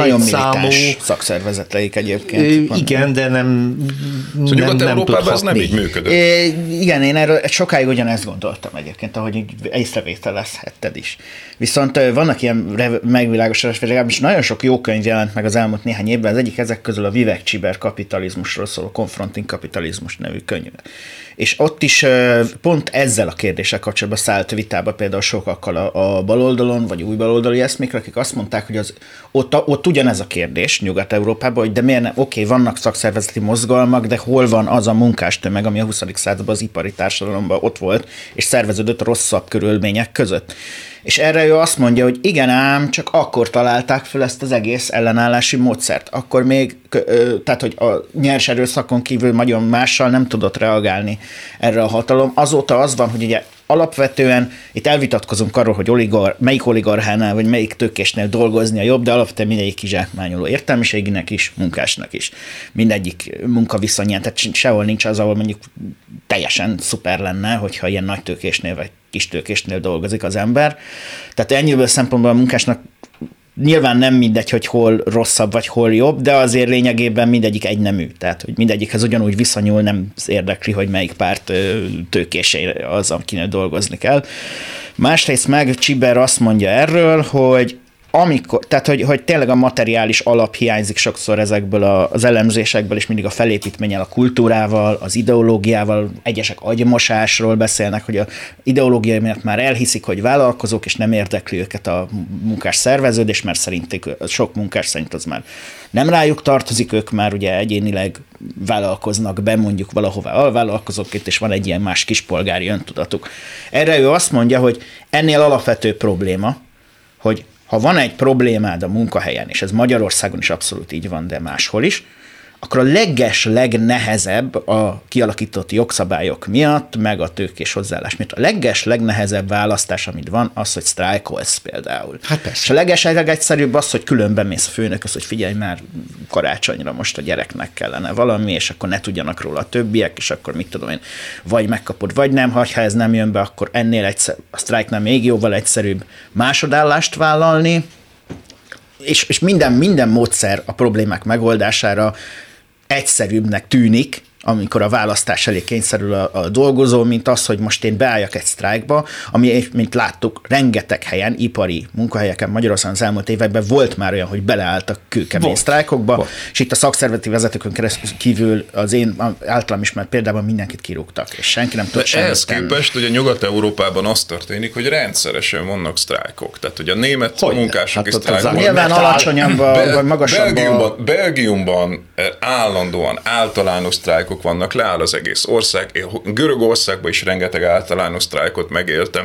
S3: nagyon militáns szakszervezeteik egyébként.
S2: Ö, igen, de nem
S4: szóval Nyugat-Európában ez nem így működött.
S3: É, igen, én erről sokáig ugyanezt gondoltam egyébként, ahogy így észrevételezhetted is. Viszont vannak ilyen megvilágosodás, vagy legalábbis nagyon sok jó könyv jelent meg az elmúlt néhány évben, az egyik ezek közül a Vivek Csiber kapitalizmusról szóló Confronting Kapitalizmus nevű könyv. És ott is pont ezzel a kérdéssel kapcsolatban szállt vitába például sokakkal a, a baloldalon, vagy új baloldali eszmékre, akik azt mondták, hogy az, ott, ott ugyanez a kérdés Nyugat-Európában, hogy de miért nem, oké, vannak szakszervezeti mozgalmak, de hol van az a munkástömeg, ami a huszadik században az ipari társadalomban ott volt, és szerveződött a rosszabb körülmények között. És erre ő azt mondja, hogy igen ám, csak akkor találták fel ezt az egész ellenállási módszert. Akkor még, tehát hogy a nyers erőszakon kívül nagyon mással nem tudott reagálni erre a hatalom. Azóta az van, hogy ugye alapvetően itt elvitatkozunk arról, hogy oligar, melyik oligarchánál vagy melyik tőkésnél dolgozni a jobb, de alapvetően mindegyik kizsákmányoló értelmiséginek is, munkásnak is. Mindegyik munkaviszonyán, tehát sehol nincs az, ahol mondjuk teljesen szuper lenne, hogyha ilyen nagy tőkésnél vagy kis tőkésnél dolgozik az ember. Tehát ennyiből szempontból a munkásnak nyilván nem mindegy, hogy hol rosszabb vagy hol jobb, de azért lényegében mindegyik egynemű. Tehát, hogy mindegyikhez ugyanúgy viszonyul, nem érdekli, hogy melyik párt tőkésé az, akinek dolgozni kell. Másrészt meg Csiber azt mondja erről, hogy amikor, tehát, hogy, hogy tényleg a materiális alap hiányzik sokszor ezekből a, az elemzésekből, és mindig a felépítménnyel, a kultúrával, az ideológiával, egyesek agymosásról beszélnek, hogy a ideológiai miatt már elhiszik, hogy vállalkozók, és nem érdekli őket a munkás szerveződés, mert szerintük, sok munkás szerint az már nem rájuk tartozik, ők már ugye egyénileg vállalkoznak be mondjuk valahová alvállalkozóként, és van egy ilyen más kispolgári öntudatuk. Erre ő azt mondja, hogy ennél alapvető probléma, hogy ha van egy problémád a munkahelyen, és ez Magyarországon is abszolút így van, de máshol is, akkor a leges, legnehezebb a kialakított jogszabályok miatt, meg a tőkés hozzáállás miatt. A leges, legnehezebb választás, amit van, az, hogy sztrájkolsz például. Hát persze. És a leges, legegyszerűbb az, hogy különben mész a főnökhöz, hogy figyelj már, karácsonyra most a gyereknek kellene valami, és akkor ne tudjanak róla a többiek, és akkor mit tudom én, vagy megkapod, vagy nem, ha ez nem jön be, akkor ennél egyszer, a sztrájknál még jóval egyszerűbb másodállást vállalni, és, és minden, minden módszer a problémák megoldására egyszerűbbnek tűnik, amikor a választás elé kényszerül a, a dolgozó, mint az, hogy most én beálljak egy sztrájkba, ami, mint láttuk, rengeteg helyen, ipari munkahelyeken Magyarországon az elmúlt években volt már olyan, hogy beleálltak kőkemény sztrájkokba, volt. És itt a szakszervezeti vezetőkön keresztül kívül az én általam ismert példában mindenkit kirúgtak, és senki nem tud semmit
S4: ehhez képest, hogy a Nyugat-Európában az történik, hogy rendszeresen vannak sztrájkok. Tehát, hogy a német hogy munkások is hát sztrájkolnak.
S3: Nyilván alacsonyabb, vagy magasabb.
S4: Belgiumban, Belgiumban állandóan általános sztrájkok vannak, leáll az egész ország. Görögországban is rengeteg általános sztrájkot megéltem.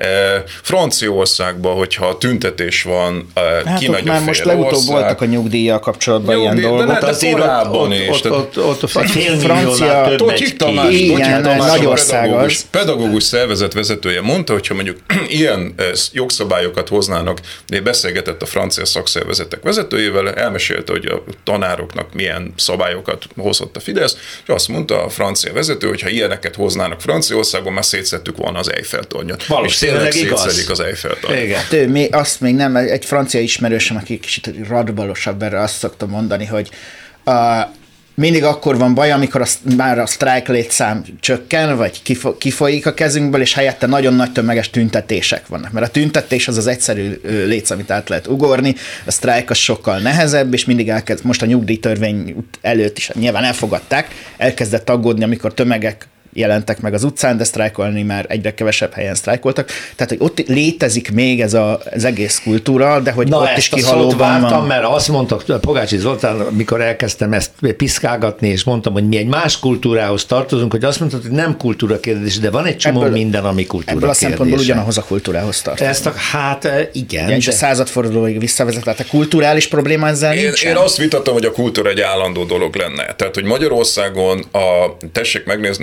S4: Franciaországban, hogyha tüntetés van,
S3: hát
S4: ki nagy a
S3: már most legutóbb ország. Voltak a nyugdíjjal kapcsolatban Nyugdíj, ilyen dolgok.
S4: De azért korábban is.
S2: Ott, ott, ott, ott
S3: fél francia,
S4: Tocsik Tamás,
S3: igen, nagy országos.
S4: Pedagógus szervezet vezetője mondta, hogyha mondjuk ilyen jogszabályokat hoznának, de beszélgetett a francia szakszervezetek vezetőjével, elmesélte, hogy a tanároknak milyen szabályokat hozott a Fidesz, és azt mondta a francia vezető, hogy ha ilyeneket hoznának Franciaországban, már szétszettük volna az Eiffel-tornyot. És tényleg szétszedik az Eiffel-tornyot.
S3: Igen. Ő, még, azt még nem, egy francia ismerősöm, aki kicsit radbalosabb erre, azt szokta mondani, hogy uh, mindig akkor van baj, amikor a, már a sztrájk létszám csökken, vagy kifo, kifolyik a kezünkből, és helyette nagyon nagy tömeges tüntetések vannak. Mert a tüntetés az az egyszerű létszám, amit át lehet ugorni, a sztrájk az sokkal nehezebb, és mindig elkezd, most a nyugdíjtörvény előtt is nyilván elfogadták, elkezdett aggódni, amikor tömegek jelentek meg az utcán, de sztrájkolni már egyre kevesebb helyen sztrájkoltak. Tehát, hogy ott létezik még ez a, az egész kultúra, de hogy
S2: Na,
S3: ott is kihalóban vártam,
S2: van. Mert azt mondtak, Pogácsi Zoltán, mikor elkezdtem ezt piszkálgatni, és mondtam, hogy mi egy más kultúrához tartozunk, hogy azt mondtad, hogy nem kultúra kérdés, de van egy csomó ebből, minden, ami kultúra
S3: ebből
S2: kérdése.
S3: Ebből a szempontból ugyanahoz a kultúrához tartozunk.
S2: Ezt a, hát igen.
S3: És de... a századfordulóig visszavezet, tehát a kulturális probléma ezzel
S4: én,
S3: nincsen.
S4: Én azt vitatom, hogy a kultúra egy állandó dolog lenne. Tehát, hogy Magyarországon a, tessék megnézni mondjuk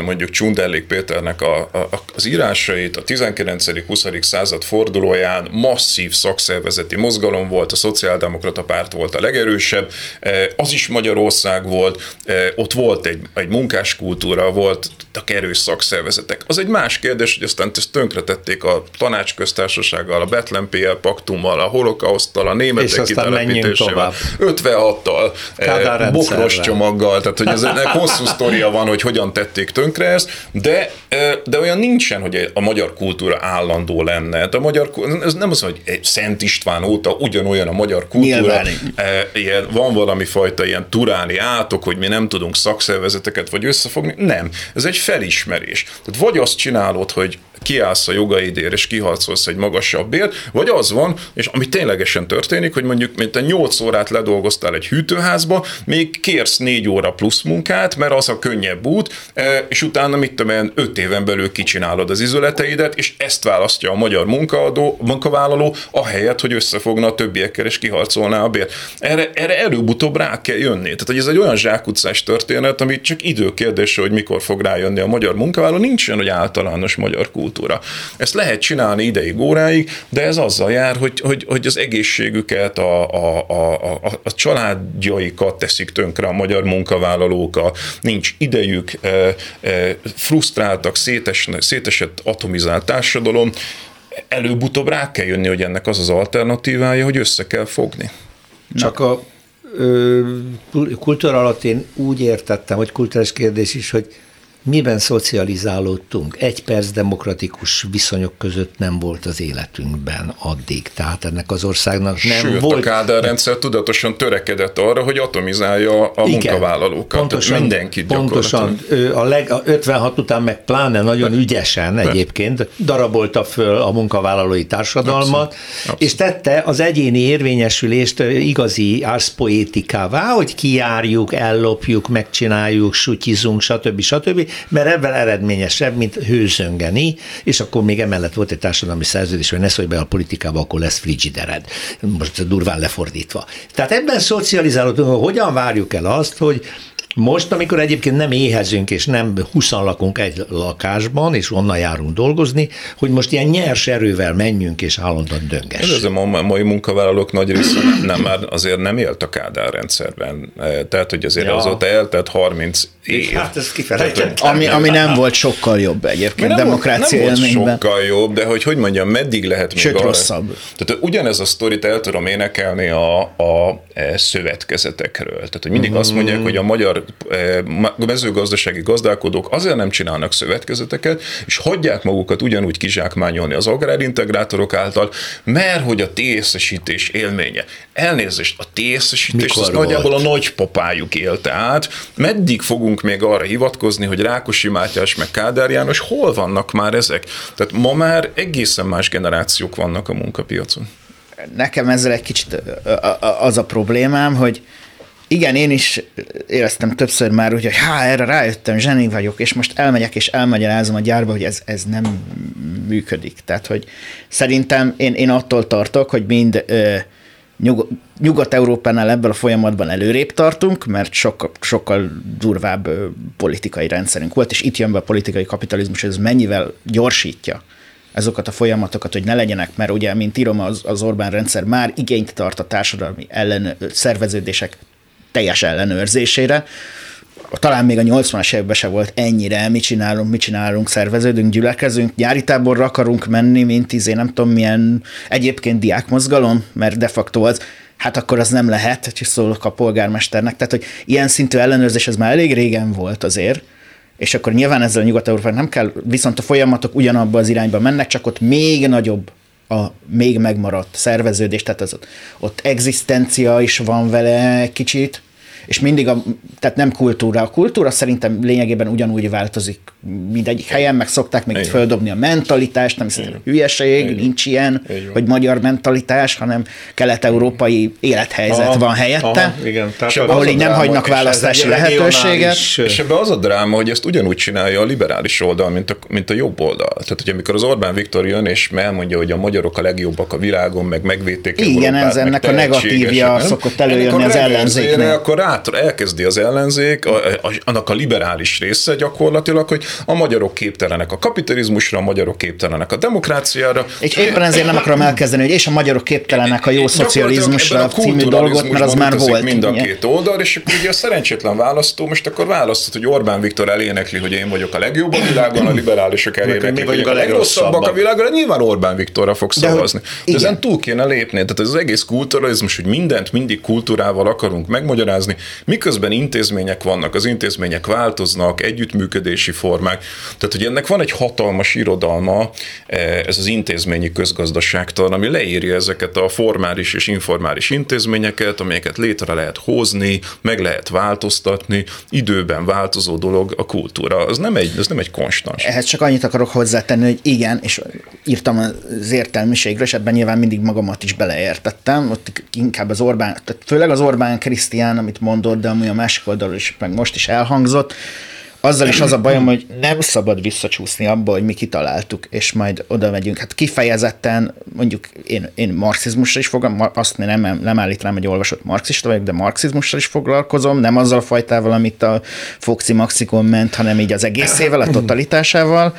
S4: Csundellik Péternek a, a, az írásait, a tizenkilencedik-huszadik század fordulóján masszív szakszervezeti mozgalom volt, a szociáldemokrata párt volt a legerősebb, az is Magyarország volt, ott volt egy, egy munkáskultúra, volt a erős szakszervezetek. Az egy más kérdés, hogy aztán ezt tönkretették a Tanácsköztársasággal, a Bethlen pé el paktummal, a holokauszttal, a németek kitelepítésével, ötvenhattal, bokros csomaggal, tehát hogy ez egy hosszú sztoria van, hogy hogyan tették tönkre ezt, de, de olyan nincsen, hogy a magyar kultúra állandó lenne. A magyar, ez nem az, hogy Szent István óta ugyanolyan a magyar kultúra. Ilyen, van valami fajta ilyen turáni átok, hogy mi nem tudunk szakszervezeteket vagy összefogni. Nem. Ez egy felismerés. Tehát vagy azt csinálod, hogy kiállsz a jogaidért, és kiharcolsz egy magasabb bért, vagy az van, és ami ténylegesen történik, hogy mondjuk, mint te nyolc órát ledolgoztál egy hűtőházba, még kérsz négy óra plusz munkát, mert az a könnyebb út, és utána mit tudom, öt éven belül kicsinálod az izületeidet, és ezt választja a magyar munkaadó, munkavállaló, ahelyett, hogy összefogna a többiekkel, és kiharcolná a bért. Erre, erre előbb-utóbb rá kell jönni. Tehát, hogy ez egy olyan zsákutcás történet, ami csak időkérdése, hogy mikor fog rájönni a magyar munkavállaló, nincsen, hogy általános magyar kultúra. Ezt lehet csinálni ideig, óráig, de ez azzal jár, hogy, hogy, hogy az egészségüket, a, a, a, a, a családjaikat teszik tönkre a magyar munkavállalók, a, nincs idejük, frusztráltak, szétes, szétesett atomizált társadalom. Előbb-utóbb rá kell jönni, hogy ennek az az alternatívája, hogy össze kell fogni.
S2: Csak a ö, kultúra alatt én úgy értettem, hogy kulturális kérdés is, hogy miben szocializálódtunk? Egy perc demokratikus viszonyok között nem volt az életünkben addig. Tehát ennek az országnak nem
S4: Sőt,
S2: volt...
S4: a Kádár rendszer tudatosan törekedett arra, hogy atomizálja a igen, munkavállalókat. Pontosan, mindenkit
S2: pontosan a, leg, a ötvenhat után meg pláne nagyon de, ügyesen de. egyébként darabolta föl a munkavállalói társadalmat, abszolút, abszolút. És tette az egyéni érvényesülést igazi árszpoétikává, hogy kijárjuk, ellopjuk, megcsináljuk, sutyizunk, stb. stb., mert ebben eredményesebb, mint hőzöngeni, és akkor még emellett volt egy társadalmi szerződés, hogy ne szólj be a politikába, akkor lesz frigidered. Most durván lefordítva. Tehát ebben szocializálódunk, hogyan várjuk el azt, hogy most, amikor egyébként nem éhezünk, és nem húszan lakunk egy lakásban, és onnan járunk dolgozni, hogy most ilyen nyers erővel menjünk, és állandóan dönges.
S4: Ez a mai munkavállalók nagy része nem, már azért nem élt a Kádár rendszerben. Tehát, hogy azért ja. azóta eltelt harminc év.
S2: Hát ez kifelejtettem.
S3: Ami, ami nem volt sokkal jobb egyébként nem demokrácia
S4: volt, nem
S3: élményben.
S4: volt sokkal jobb, de hogy hogy mondjam, meddig lehet még
S3: Sőt,
S4: arra.
S3: rosszabb.
S4: Tehát ugyanez a sztorit el tudom énekelni a, a szövetkezetekről. Tehát, hogy mindig mm. azt mondják, hogy a magyar mezőgazdasági gazdálkodók azért nem csinálnak szövetkezeteket, és hagyják magukat ugyanúgy kizsákmányolni az agrárintegrátorok által, mert hogy a tészesítés élménye. Elnézést, a tészesítés az nagyjából a nagypapájuk élte át. Meddig fogunk még arra hivatkozni, hogy Rákosi Mátyás meg Kádár János, hol vannak már ezek? Tehát ma már egészen más generációk vannak a munkapiacon.
S3: Nekem ezzel egy kicsit az a problémám, hogy igen, én is éreztem többször már, hogy há, erre rájöttem, zseni vagyok, és most elmegyek és elmagyarázom a gyárba, hogy ez, ez nem működik. Tehát, hogy szerintem én, én attól tartok, hogy mind ö, nyug, Nyugat-Európánál ebből a folyamatban előrébb tartunk, mert sokkal, sokkal durvább ö, politikai rendszerünk volt, és itt jön be a politikai kapitalizmus, hogy ez mennyivel gyorsítja azokat a folyamatokat, hogy ne legyenek, mert ugye, mint írom, az, az Orbán rendszer már igényt tart a társadalmi ellen, szerveződések teljes ellenőrzésére. Talán még a nyolcvanas években se volt ennyire, mit csinálunk, mit csinálunk, szerveződünk, gyülekezünk, nyári táborra akarunk menni, mint izé, nem tudom milyen egyébként diákmozgalom, mert de facto az, hát akkor az nem lehet, hogy szólok a polgármesternek. Tehát, hogy ilyen szintű ellenőrzés ez már elég régen volt azért, és akkor nyilván ezzel a Nyugat-Európának nem kell, viszont a folyamatok ugyanabba az irányba mennek, csak ott még nagyobb a még megmaradt szerveződés, tehát az ott, ott egzisztencia is van vele kicsit, és mindig a, tehát nem kultúra. A kultúra szerintem lényegében ugyanúgy változik mindegyik helyen, meg szokták még itt földobni a mentalitást, nem szerintem hülyeség, Igen. nincs ilyen, Igen. hogy magyar mentalitás, hanem kelet-európai élethelyzet aha, van helyette, aha, igen. ahol így nem dráma, hagynak választási lehetőséget.
S4: És ebben az a dráma, hogy ezt ugyanúgy csinálja a liberális oldal, mint a, mint a jobb oldal. Tehát, hogy amikor az Orbán Viktor jön, és elmondja, hogy a magyarok a legjobbak a világon, meg megvédték
S3: Igen, ez ennek a negatívja szokott előjönni az ellenzéknek.
S4: Akkor át elkezdi az ellenzék, a, a, annak a liberális része gyakorlatilag, hogy a magyarok képtelenek a kapitalizmusra, a magyarok képtelenek a demokráciára.
S3: És éppen ezért nem akarom elkezdeni, hogy és a magyarok képtelenek a jó szocializmusra című dolgot, mert az már volt.
S4: Mind a két oldal, és akkor ugye a szerencsétlen választó most akkor választott, hogy Orbán Viktor elénekli, hogy én vagyok a legjobb a világon, a liberálisok eléneklik, hogy a legrosszabbak a világon, nyilván Orbán Viktorra fog szavazni. De, De ezen túl kéne lépni. Tehát ez az egész kulturalizmus, hogy mindent mindig kultúrával akarunk megmagyarázni, miközben intézmények vannak, az intézmények változnak, együttműködési formák. Tehát, hogy ennek van egy hatalmas irodalma, ez az intézményi közgazdaságtan, ami leírja ezeket a formális és informális intézményeket, amelyeket létre lehet hozni, meg lehet változtatni, időben változó dolog a kultúra. Ez nem egy, ez nem egy konstans.
S3: Ehhez csak annyit akarok hozzátenni, hogy igen, és írtam az értelmiségről, és ebben nyilván mindig magamat is beleértettem, ott inkább az Orbán, tehát főleg az Orbán Krisztián, amit mondott, de ami a másik oldalról is, meg most is elhangzott, azzal is az a bajom, hogy nem szabad visszacsúszni abba, hogy mi kitaláltuk, és majd oda megyünk. Hát kifejezetten, mondjuk én, én marxizmusra is fogom, azt nem, nem állítanám, hogy olvasott marxista vagyok, de marxizmussal is foglalkozom, nem azzal a fajtával, amit a Foxy Maxikon ment, hanem így az egészével, a totalitásával,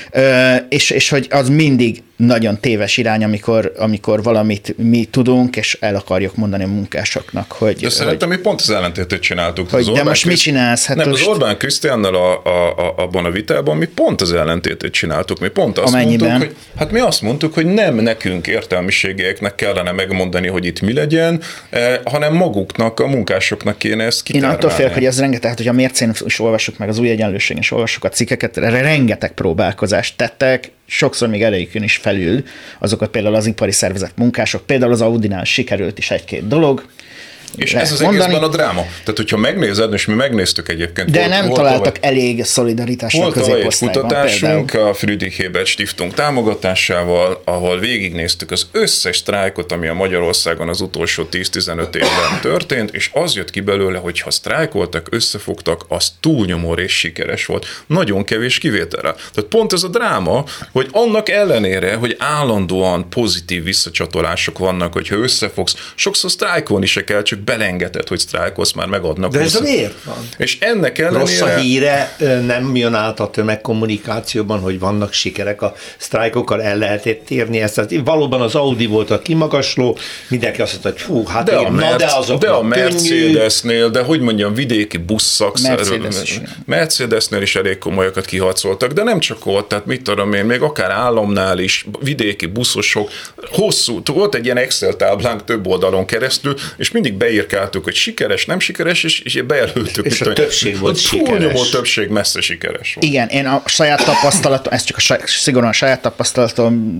S3: és, és hogy az mindig nagyon téves irány, amikor, amikor valamit mi tudunk, és el akarjuk mondani a munkásoknak, hogy...
S4: De szerintem mi pont az ellentétét csináltuk.
S3: Hogy de most mit csinálsz?
S4: Hát nem, most... az Orbán Krisztiánnal a, a, a, abban a vitában mi pont az ellentétét csináltuk. Mi pont azt
S3: Amennyiben?
S4: mondtuk, hogy, hát mi azt mondtuk, hogy nem nekünk értelmiségieknek kellene megmondani, hogy itt mi legyen, eh, hanem maguknak, a munkásoknak kéne ezt kitárválni.
S3: Én attól félek, hogy ez rengeteg, hogy a mércén is olvassuk meg, az új egyenlőségen is olvassuk a cikkeket, rengeteg próbálkozást tettek, sokszor még elejükön is felül, azokat például az ipari szervezet munkások, például az Audinál sikerült is egy-két dolog.
S4: És ez az mondani. Egészben a dráma. Tehát, hogyha megnézed, és mi megnéztük egyébként.
S3: De
S4: volt,
S3: nem
S4: volt
S3: találtak
S4: a,
S3: elég szolidaritást a középosztályban.
S4: Volt egy kutatásunk például a Friedrich Ebert Stiftung támogatásával, ahol végignéztük az összes sztrájkot, ami a Magyarországon az utolsó tíz-tizenöt évben történt, és az jött ki belőle, hogy ha sztrájkoltak, összefogtak, az túlnyomó rész sikeres volt. Nagyon kevés kivételre. Tehát pont ez a dráma, hogy annak ellenére, hogy állandóan pozitív visszacsatolások vannak, hogyha összefogsz, sokszor sztrájkolni se kell, csak belengedett, hogy sztrájkolsz, már megadnak.
S2: De ez miért van?
S4: És ennek ellenére...
S2: Rossz a híre, nem jön át a tömegkommunikációban, hogy vannak sikerek a sztrájkokkal, el lehetett érni ezt. Tehát valóban az Audi volt a kimagasló, mindenki azt mondta, hogy fú, hát
S4: de,
S2: igen,
S4: a, Merc-
S2: na, de, azok
S4: de a Mercedesnél, de hogy mondjam, vidéki buszszak,
S3: Mercedes
S4: Mercedesnél is elég komolyakat kiharcoltak, de nem csak ott, tehát mit tudom én, még akár államnál is, vidéki buszosok, hosszú, volt egy ilyen Excel táblánk több oldalon keresztül, és mindig beírkáltuk, hogy sikeres, nem sikeres, és, és bejelöltük.
S2: És a többség volt sikeres.
S4: Túlnyomó többség messze sikeres volt.
S3: Igen, én a saját tapasztalatom, ez csak a saj, szigorúan a saját tapasztalatom,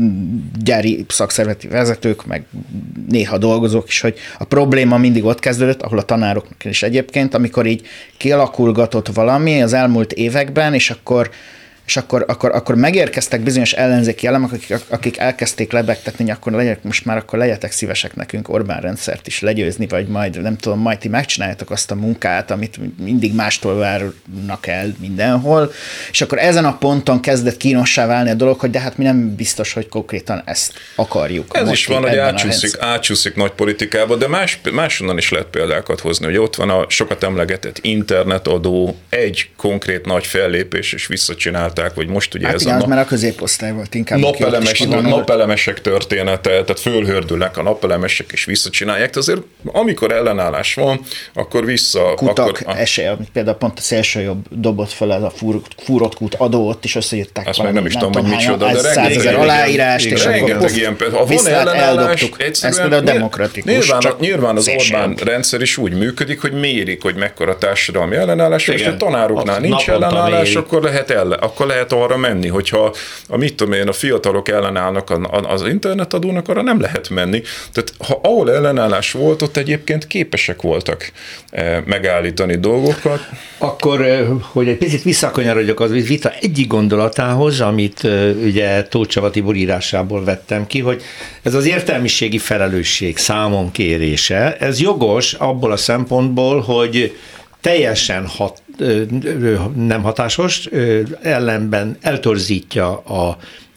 S3: gyári szakszervezeti vezetők, meg néha dolgozók is, hogy a probléma mindig ott kezdődött, ahol a tanároknak is egyébként, amikor így kialakulgatott valami az elmúlt években, és akkor és akkor, akkor, akkor megérkeztek bizonyos ellenzéki elemek, akik, akik elkezdték lebegtetni, hogy akkor legyetek, most már akkor legyetek szívesek nekünk Orbán rendszert is legyőzni, vagy majd, nem tudom, majd ti megcsináljátok azt a munkát, amit mindig mástól várnak el mindenhol, és akkor ezen a ponton kezdett kínossá válni a dolog, hogy de hát mi nem biztos, hogy konkrétan ezt akarjuk.
S4: Ez is van, hogy átsúszik, átsúszik nagy politikába, de más, máshonnan is lehet példákat hozni, hogy ott van a sokat emlegetett internetadó, egy konkrét nagy fellépés, és visszacsinál, vagy most ugye
S3: hát
S4: ez
S3: igen,
S4: a
S3: az már a középosztály volt inkább.
S4: Napelemes, napelemesek története, tehát fölhördülnek a napelemesek és visszacsinálják, de azért amikor ellenállás van, akkor vissza...
S3: Kutak
S4: akkor,
S3: esély, amit például pont a szélsőjobb dobott fel ez a fúrott kút adó, ott is összeírták.
S4: Azt meg nem is tudom, hogy micsoda, de
S3: százezer aláírást, és akkor
S4: ilyen például. Ha van ellenállás,
S3: ez például demokratikus.
S4: Nyilván, nyilván az Orbán rendszer is úgy működik, hogy mérik, hogy mekkora társadalmi ellenállás, és a tanároknál nincs ellenállás, akkor lehet ellen, akkor lehet arra menni, hogyha a mit tudom én, a fiatalok ellenállnak az internetadónak, arra nem lehet menni. Tehát ha ahol ellenállás volt, ott egyébként képesek voltak megállítani dolgokat.
S2: Akkor, hogy egy picit visszakanyarodjak az vita egyik gondolatához, amit ugye Tóth Csaba Tibor írásából vettem ki, hogy ez az értelmiségi felelősség számon kérése, ez jogos abból a szempontból, hogy teljesen hat, nem hatásos, ellenben eltorzítja a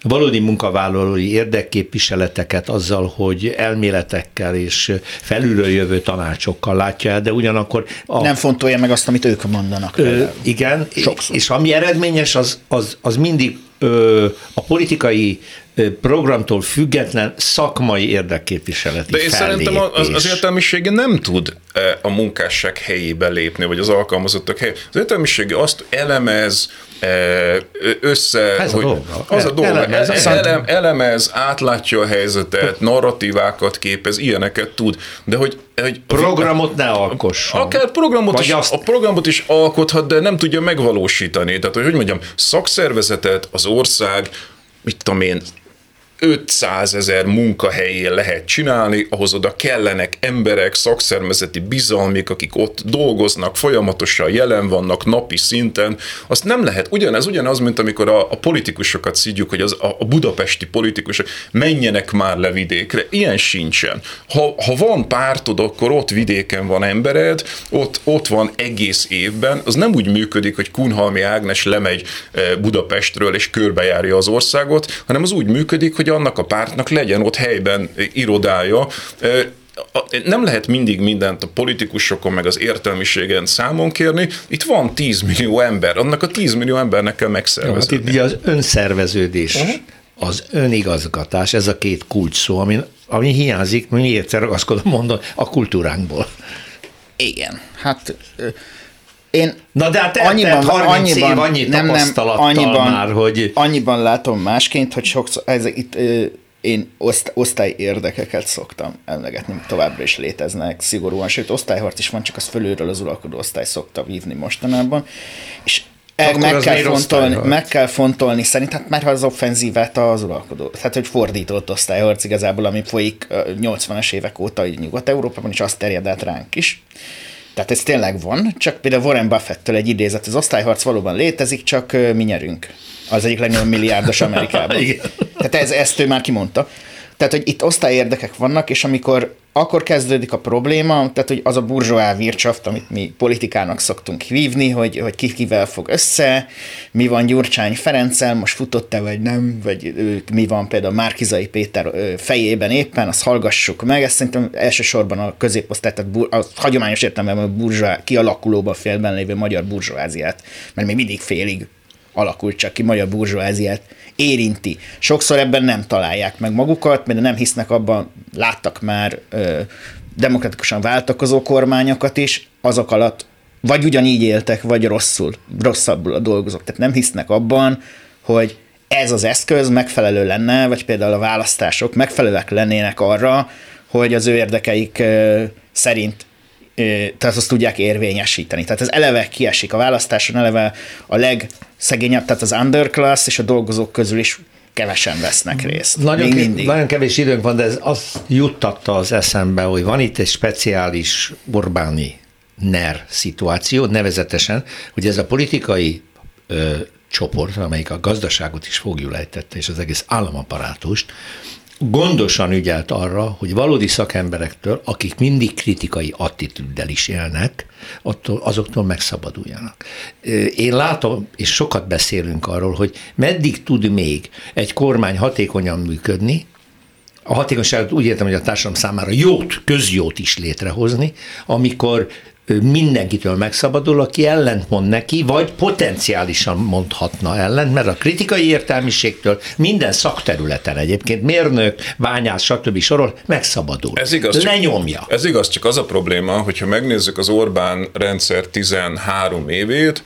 S2: valódi munkavállalói érdekképviseleteket azzal, hogy elméletekkel és felülről jövő tanácsokkal látja el, de ugyanakkor...
S3: A, nem fontolja meg azt, amit ők mondanak.
S2: Ö, igen, sokszor. És ami eredményes, az, az, az mindig ö, a politikai programtól független szakmai érdekképviseleti
S4: De én
S2: fellépés.
S4: szerintem az, az értelmiségi nem tud a munkásság helyébe lépni, vagy az alkalmazottak helyébe. Az értelmiségi azt elemez, össze,
S2: Ez
S4: hogy
S2: a dolga.
S4: az a dolga,
S2: Elemez,
S4: elem, elemez, átlátja a helyzetet, narratívákat képez, ilyeneket tud, de hogy, hogy
S2: programot ne alkosson.
S4: Akár programot is,
S2: azt...
S4: a programot is alkothat, de nem tudja megvalósítani. Tehát, hogy, hogy mondjam, szakszervezetet az ország, mit tudom én, ötszázezer munkahelyén lehet csinálni, ahhoz oda kellenek emberek, szakszervezeti bizalmik, akik ott dolgoznak, folyamatosan jelen vannak napi szinten. Azt nem lehet, ugyanez ugyanaz, mint amikor a, a politikusokat szidjuk, hogy az, a, a budapesti politikusok menjenek már le vidékre. Ilyen sincsen. Ha, ha van pártod, akkor ott vidéken van embered, ott, ott van egész évben. Az nem úgy működik, hogy Kunhalmi Ágnes lemegy Budapestről és körbejárja az országot, hanem az úgy működik, hogy annak a pártnak legyen ott helyben irodája. Nem lehet mindig mindent a politikusokon meg az értelmiségen számon kérni. Itt van tíz millió ember, annak a tíz millió embernek kell megszervezni.
S2: Hát itt ugye az önszerveződés, uh-huh. az önigazgatás, ez a két kulcs szó, ami, ami hiányzik, mi egyszer ragaszkodom mondani, a kultúránkból.
S3: Igen, hát... Én
S2: Na de hát annyiban, harminc annyiban, év annyi nem, tapasztalattal nem, annyiban, már, hogy...
S3: Annyiban látom másként, hogy sokszor, ez, itt, ö, én oszt, osztály érdekeket szoktam emlegetni, továbbra is léteznek szigorúan, sőt osztályharc is van, csak az fölülről az uralkodó osztály szokta vívni mostanában, és el, meg, kell fontolni, meg kell fontolni szerint, hát már az offenzívát az uralkodó, tehát hogy fordított osztályharc igazából, ami folyik nyolcvanas évek óta Nyugat-Európában, és azt terjed át ránk is. Tehát ez tényleg van, csak például Warren Buffett-től egy idézet, az osztályharc valóban létezik, csak mi nyerünk. Az egyik legnagyobb milliárdos Amerikában. Tehát ez, ezt ő már kimondta. Tehát, hogy itt osztályérdekek vannak, és amikor akkor kezdődik a probléma, tehát, hogy az a burzsóá Wirtschaft, amit mi politikának szoktunk hívni, hogy, hogy ki kivel fog össze, mi van Gyurcsány Ferenccel, most futott-e vagy nem, vagy ők, mi van például Márki-Zay Péter fejében éppen, azt hallgassuk meg, ezt szerintem elsősorban a középosztály, tehát a hagyományos értelemben a burzsóá, kialakulóban félben lévő magyar burzsóáziát, mert még mindig félig alakult csak ki, magyar burzsóáziát érinti. Sokszor ebben nem találják meg magukat, mert nem hisznek abban, láttak már ö, demokratikusan váltakozó kormányokat is, azok alatt vagy ugyanígy éltek, vagy rosszul, rosszabbul a dolgozók. Tehát nem hisznek abban, hogy ez az eszköz megfelelő lenne, vagy például a választások megfelelőek lennének arra, hogy az ő érdekeik ö, szerint tehát azt tudják érvényesíteni. Tehát ez eleve kiesik a választáson, eleve a legszegényebb, tehát az underclass és a dolgozók közül is kevesen vesznek részt.
S2: Nagyon, ke- nagyon kevés időnk van, de ez azt juttatta az eszembe, hogy van itt egy speciális Orbáni NER szituáció, nevezetesen, hogy ez a politikai ö, csoport, amelyik a gazdaságot is fogjulejtette, és az egész államaparátust, gondosan ügyelt arra, hogy valódi szakemberektől, akik mindig kritikai attitűddel is élnek, attól, azoktól megszabaduljanak. Én látom, és sokat beszélünk arról, hogy meddig tud még egy kormány hatékonyan működni, a hatékonyságot úgy értem, hogy a társadalom számára jót, közjót is létrehozni, amikor mindenkitől megszabadul, aki ellentmond neki, vagy potenciálisan mondhatna ellent, mert a kritikai értelmiségtől minden szakterületen egyébként, mérnök, bányász, stb. Sorol, megszabadul.
S4: Ez igaz,
S2: lenyomja.
S4: Csak, ez igaz, csak az a probléma, hogyha megnézzük az Orbán rendszer tizenhárom évét,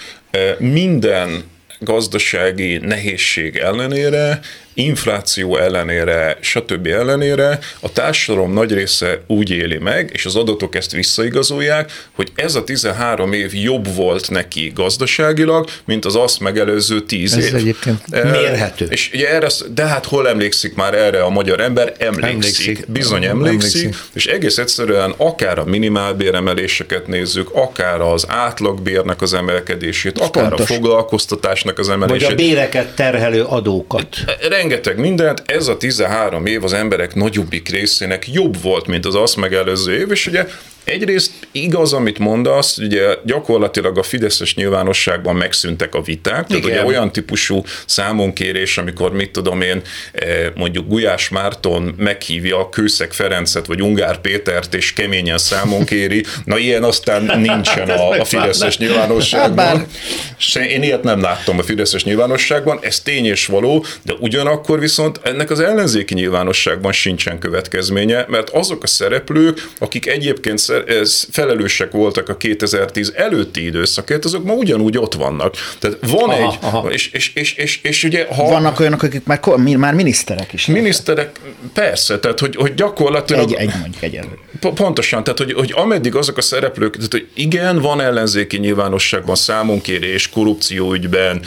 S4: minden gazdasági nehézség ellenére, infláció ellenére, stb. Ellenére a társadalom nagy része úgy éli meg, és az adatok ezt visszaigazolják, hogy ez a tizenhárom év jobb volt neki gazdaságilag, mint az azt megelőző tíz
S2: ez
S4: év.
S2: Ez egyébként mérhető.
S4: És ugye erre, de hát hol emlékszik már erre a magyar ember? Emlékszik. emlékszik. Bizony emlékszik, emlékszik, és egész egyszerűen akár a minimálbéremeléseket nézzük, akár az átlagbérnek az emelkedését, akár Pontos. a foglalkoztatásnak az emelését.
S2: Vagy a béreket terhelő adókat.
S4: Rengeteg mindent, ez a tizenhárom év az emberek nagyobbik részének jobb volt, mint az azt megelőző év, és ugye egyrészt igaz, amit mondasz, ugye gyakorlatilag a fideszes nyilvánosságban megszűntek a viták, tehát ugye olyan típusú számonkérés, amikor mit tudom én, mondjuk Gulyás Márton meghívja Kőszeg Ferencet, vagy Ungár Pétert, és keményen számonkéri, na ilyen aztán nincsen a, a fideszes nyilvánosságban. Én ilyet nem láttam a fideszes nyilvánosságban, ez tény és való, de ugyanakkor viszont ennek az ellenzéki nyilvánosságban sincsen következménye, mert azok a szereplők, akik egyébként felelősek voltak a kétezer-tíz előtti időszakért, azok ma ugyanúgy ott vannak. Tehát van aha, egy, aha. És, és, és, és, és ugye... Ha
S3: vannak olyanok, akik már, már miniszterek is.
S4: Miniszterek, persze, tehát hogy, hogy gyakorlatilag...
S3: Egy, egy mondjuk egyenlő.
S4: Pontosan, tehát hogy, hogy ameddig azok a szereplők, tehát hogy igen, van ellenzéki nyilvánosságban számonkérés, korrupcióügyben,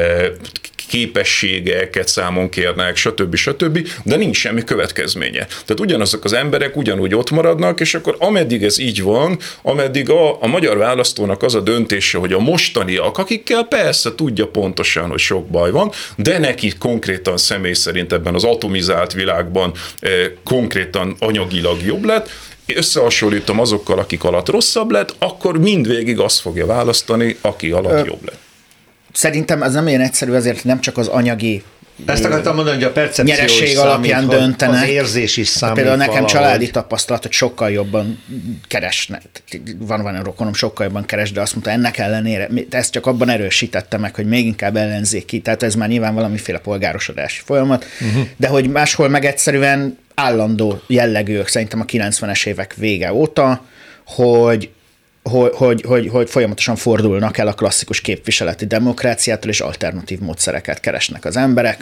S4: képességeket számon kérnek, stb. stb., de nincs semmi következménye. Tehát ugyanazok az emberek ugyanúgy ott maradnak, és akkor ameddig ez így van, ameddig a, a magyar választónak az a döntése, hogy a mostaniak, akikkel persze tudja pontosan, hogy sok baj van, de neki konkrétan személy szerint ebben az atomizált világban eh, konkrétan anyagilag jobb lett, összehasonlítom azokkal, akik alatt rosszabb lett, akkor mindvégig azt fogja választani, aki alatt Ö- jobb lett.
S3: Szerintem ez nem ilyen egyszerű, ezért nem csak az anyagi
S2: ezt akartam mondani, hogy a percepció
S3: nyereség alapján számít, döntenek.
S2: Az érzés is számít.
S3: Például nekem
S2: valahogy.
S3: Családi tapasztalat, hogy sokkal jobban keresnek. Van van a rokonom, sokkal jobban keres, de azt mondta, ennek ellenére, ezt csak abban erősítette meg, hogy még inkább ellenzéki. Tehát ez már nyilván valamiféle polgárosodási folyamat, uh-huh. de hogy máshol meg egyszerűen állandó jellegűek szerintem a kilencvenes évek vége óta, hogy Hogy, hogy, hogy, hogy folyamatosan fordulnak el a klasszikus képviseleti demokráciától, és alternatív módszereket keresnek az emberek,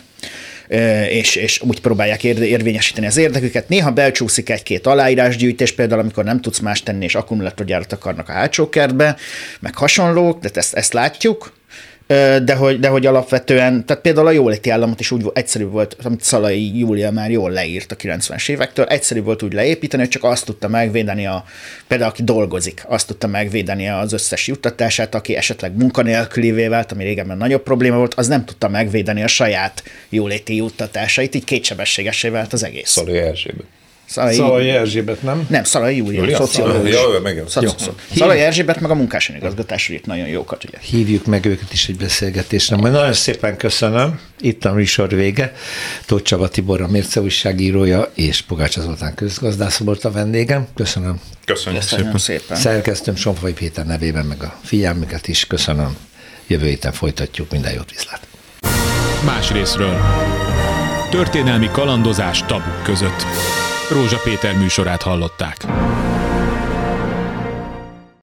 S3: és, és úgy próbálják érvényesíteni az érdeküket. Néha belcsúszik egy-két aláírásgyűjtés, például amikor nem tudsz más tenni, és akkumulátorgyárat akarnak a hátsó kertbe, meg hasonlók, de ezt, ezt látjuk. De hogy, de hogy alapvetően, tehát például a jóléti államot is úgy egyszerű volt, amit Szalai Júlia már jól leírt a kilencvenes évektől, egyszerű volt úgy leépíteni, hogy csak azt tudta megvédeni, a, például aki dolgozik, azt tudta megvédeni az összes juttatását, aki esetleg munkanélkülivé vált, ami régebben nagyobb probléma volt, az nem tudta megvédeni a saját jóléti juttatásait, így kétsebességessé vált az egész.
S4: Szalai Erzsébet.
S2: Szalai, Szalai Erzsébet, nem?
S3: Nem, Szalai Júlia, szociológus.
S4: Ja, meg
S3: Szalai Erzsébet meg a munkásanyagigazgatásról írt nagyon jókat, ugye.
S2: Hívjuk meg őket is egy beszélgetésre. Majd nagyon szépen köszönöm. Itt a műsor vége. Tóth Csaba Tibor, a Mérce újságírója, és Pogácsa Zoltán közgazdász volt a vendégem. Köszönöm.
S4: Köszönjük
S3: szépen.
S4: szépen.
S2: Szerkesztőm Somfai Péter nevében meg a figyelmüket is köszönöm. Jövő héten folytatjuk. Minden jót, viszlát.
S1: Más részről. Történelmi kalandozás tabuk között. Rózsa Péter műsorát hallották.